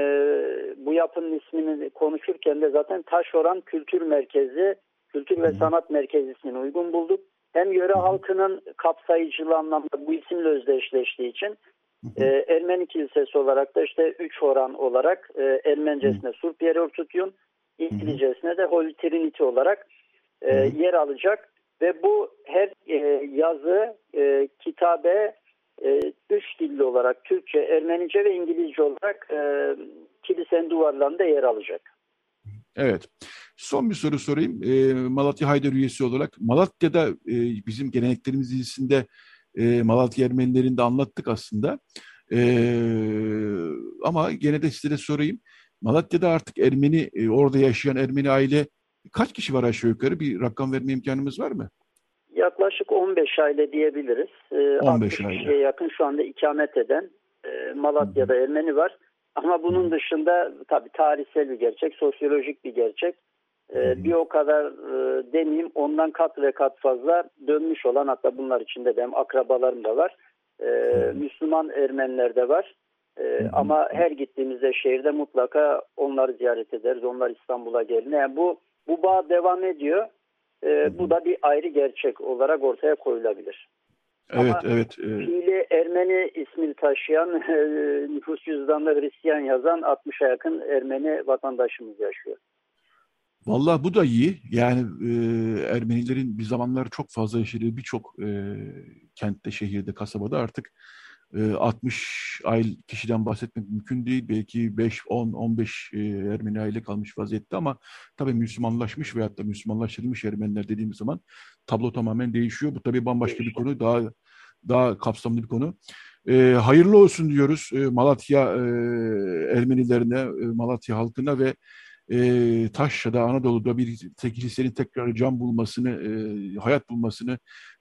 bu yapının ismini konuşurken de zaten Taşoran Kültür Merkezi, Kültür ve Sanat Merkezi ismini uygun bulduk. Hem yöre halkının kapsayıcılığı anlamda bu isimle özdeşleştiği için e, Ermeni Kilisesi olarak da işte üç oran olarak e, Ermenicesine Surpieror Tutyun, İngilizcesine de Holy Trinity olarak e, yer alacak. Ve bu her e, yazı, e, kitabe, e, üç dilli olarak Türkçe, Ermenice ve İngilizce olarak e, kilisenin duvarlarında yer alacak. Evet. Son bir soru sorayım. E, Malatya Haydar üyesi olarak. Malatya'da e, bizim geleneklerimiz dizisinde e, Malatya Ermenilerini de anlattık aslında. E, ama gene de size de sorayım. Malatya'da artık Ermeni, e, orada yaşayan Ermeni aile kaç kişi var aşağı yukarı? Bir rakam verme imkanımız var mı? Yaklaşık on beş aile diyebiliriz. E, on beş altmış kişiye yakın şu anda ikamet eden e, Malatya'da Hı-hı. Ermeni var. Ama bunun dışında tabii tarihsel bir gerçek, sosyolojik bir gerçek. Ee, bir o kadar e, demeyeyim, ondan kat ve kat fazla dönmüş olan, hatta bunlar içinde benim akrabalarım da var. Ee, Müslüman Ermeniler de var. Ee, ama her gittiğimizde şehirde mutlaka onları ziyaret ederiz. Onlar İstanbul'a geldiğinde. Yani bu, bu bağ devam ediyor. Ee, bu da bir ayrı gerçek olarak ortaya koyulabilir. Evet, Ama evet. fiili Ermeni ismini taşıyan, e, nüfus cüzdanında Hristiyan yazan altmışa yakın Ermeni vatandaşımız yaşıyor. Vallahi bu da iyi. Yani e, Ermenilerin bir zamanlar çok fazla yaşadığı birçok e, kentte, şehirde, kasabada artık e, altmış aile kişiden bahsetmek mümkün değil. Belki beş, on, on beş e, Ermeni aile kalmış vaziyette ama tabii Müslümanlaşmış veyahut da Müslümanlaştırılmış Ermeniler dediğimiz zaman tablo tamamen değişiyor. Bu tabii bambaşka bir konu. Daha daha kapsamlı bir konu. E, hayırlı olsun diyoruz e, Malatya e, Ermenilerine, e, Malatya halkına ve e, Taşra'da, Anadolu'da bir kilisenin tekrar can bulmasını, e, hayat bulmasını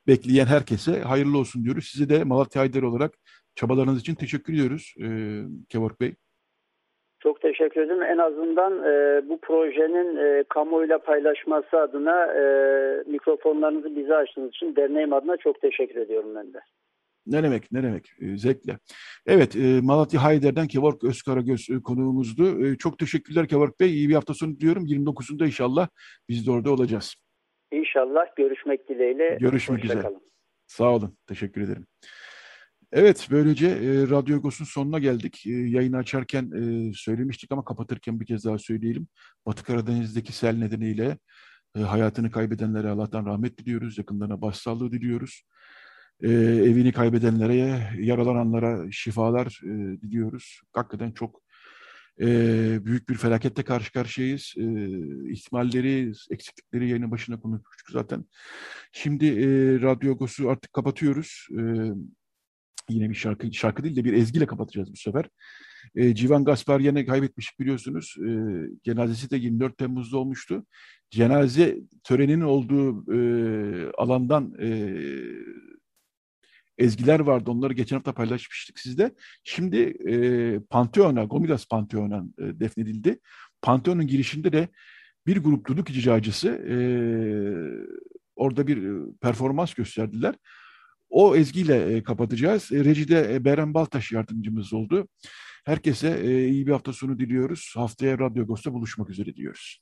bekleyen herkese hayırlı olsun diyoruz. Size de Malatya Haydari olarak çabalarınız için teşekkür ediyoruz e, Kevork Bey. Çok teşekkür ederim. En azından e, bu projenin e, kamuoyuyla paylaşması adına e, mikrofonlarınızı bize açtığınız için derneğim adına çok teşekkür ediyorum ben de. Ne demek, ne demek. E, zevkle. Evet, e, Malatya Haydari'den Kevork Özkaragöz e, konuğumuzdu. E, çok teşekkürler Kevork Bey. İyi bir hafta sonu diliyorum. yirmi dokuzunda inşallah biz de orada olacağız. İnşallah görüşmek dileğiyle. Görüşmek üzere. Kalın. Sağ olun. Teşekkür ederim. Evet, böylece e, Radyo Agos'un sonuna geldik. E, yayını açarken e, söylemiştik ama kapatırken bir kez daha söyleyelim. Batı Karadeniz'deki sel nedeniyle e, hayatını kaybedenlere Allah'tan rahmet diliyoruz. Yakınlarına başsağlığı diliyoruz. E, evini kaybedenlere, yaralananlara şifalar e, diliyoruz. Hakikaten çok e, büyük bir felakette karşı karşıyayız. E, ihtimalleri, eksiklikleri yayının başına konuşmuştuk zaten. Şimdi e, Radyo Agos'u artık kapatıyoruz. E, Yine bir şarkı, şarkı değil de bir ezgiyle kapatacağız bu sefer. E, Civan Gasparyan'ı kaybetmiş biliyorsunuz. E, cenazesi de yirmi dört Temmuz'da olmuştu. Cenaze töreninin olduğu e, alandan e, ezgiler vardı. Onları geçen hafta paylaşmıştık sizde. Şimdi e, Panteon'a, Gomilas Panteon'a e, defnedildi. Panteon'un girişinde de bir grup duduk icracısı e, orada bir performans gösterdiler. O ezgiyle e, kapatacağız. E, Rejide e, Beren Baltaş yardımcımız oldu. Herkese e, iyi bir hafta sonu diliyoruz. Haftaya Radyo Agos'ta buluşmak üzere diyoruz.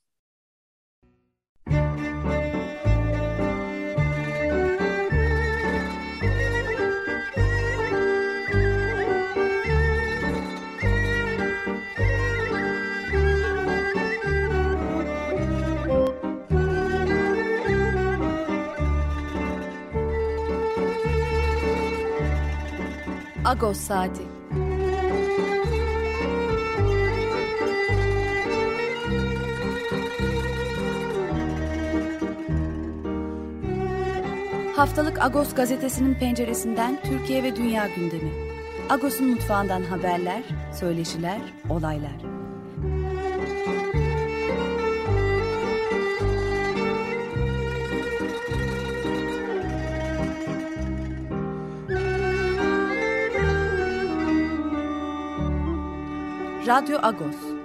Agos Saati. Haftalık Agos gazetesinin penceresinden Türkiye ve dünya gündemi. Agos'un mutfağından haberler, söyleşiler, olaylar. Radyo Agos.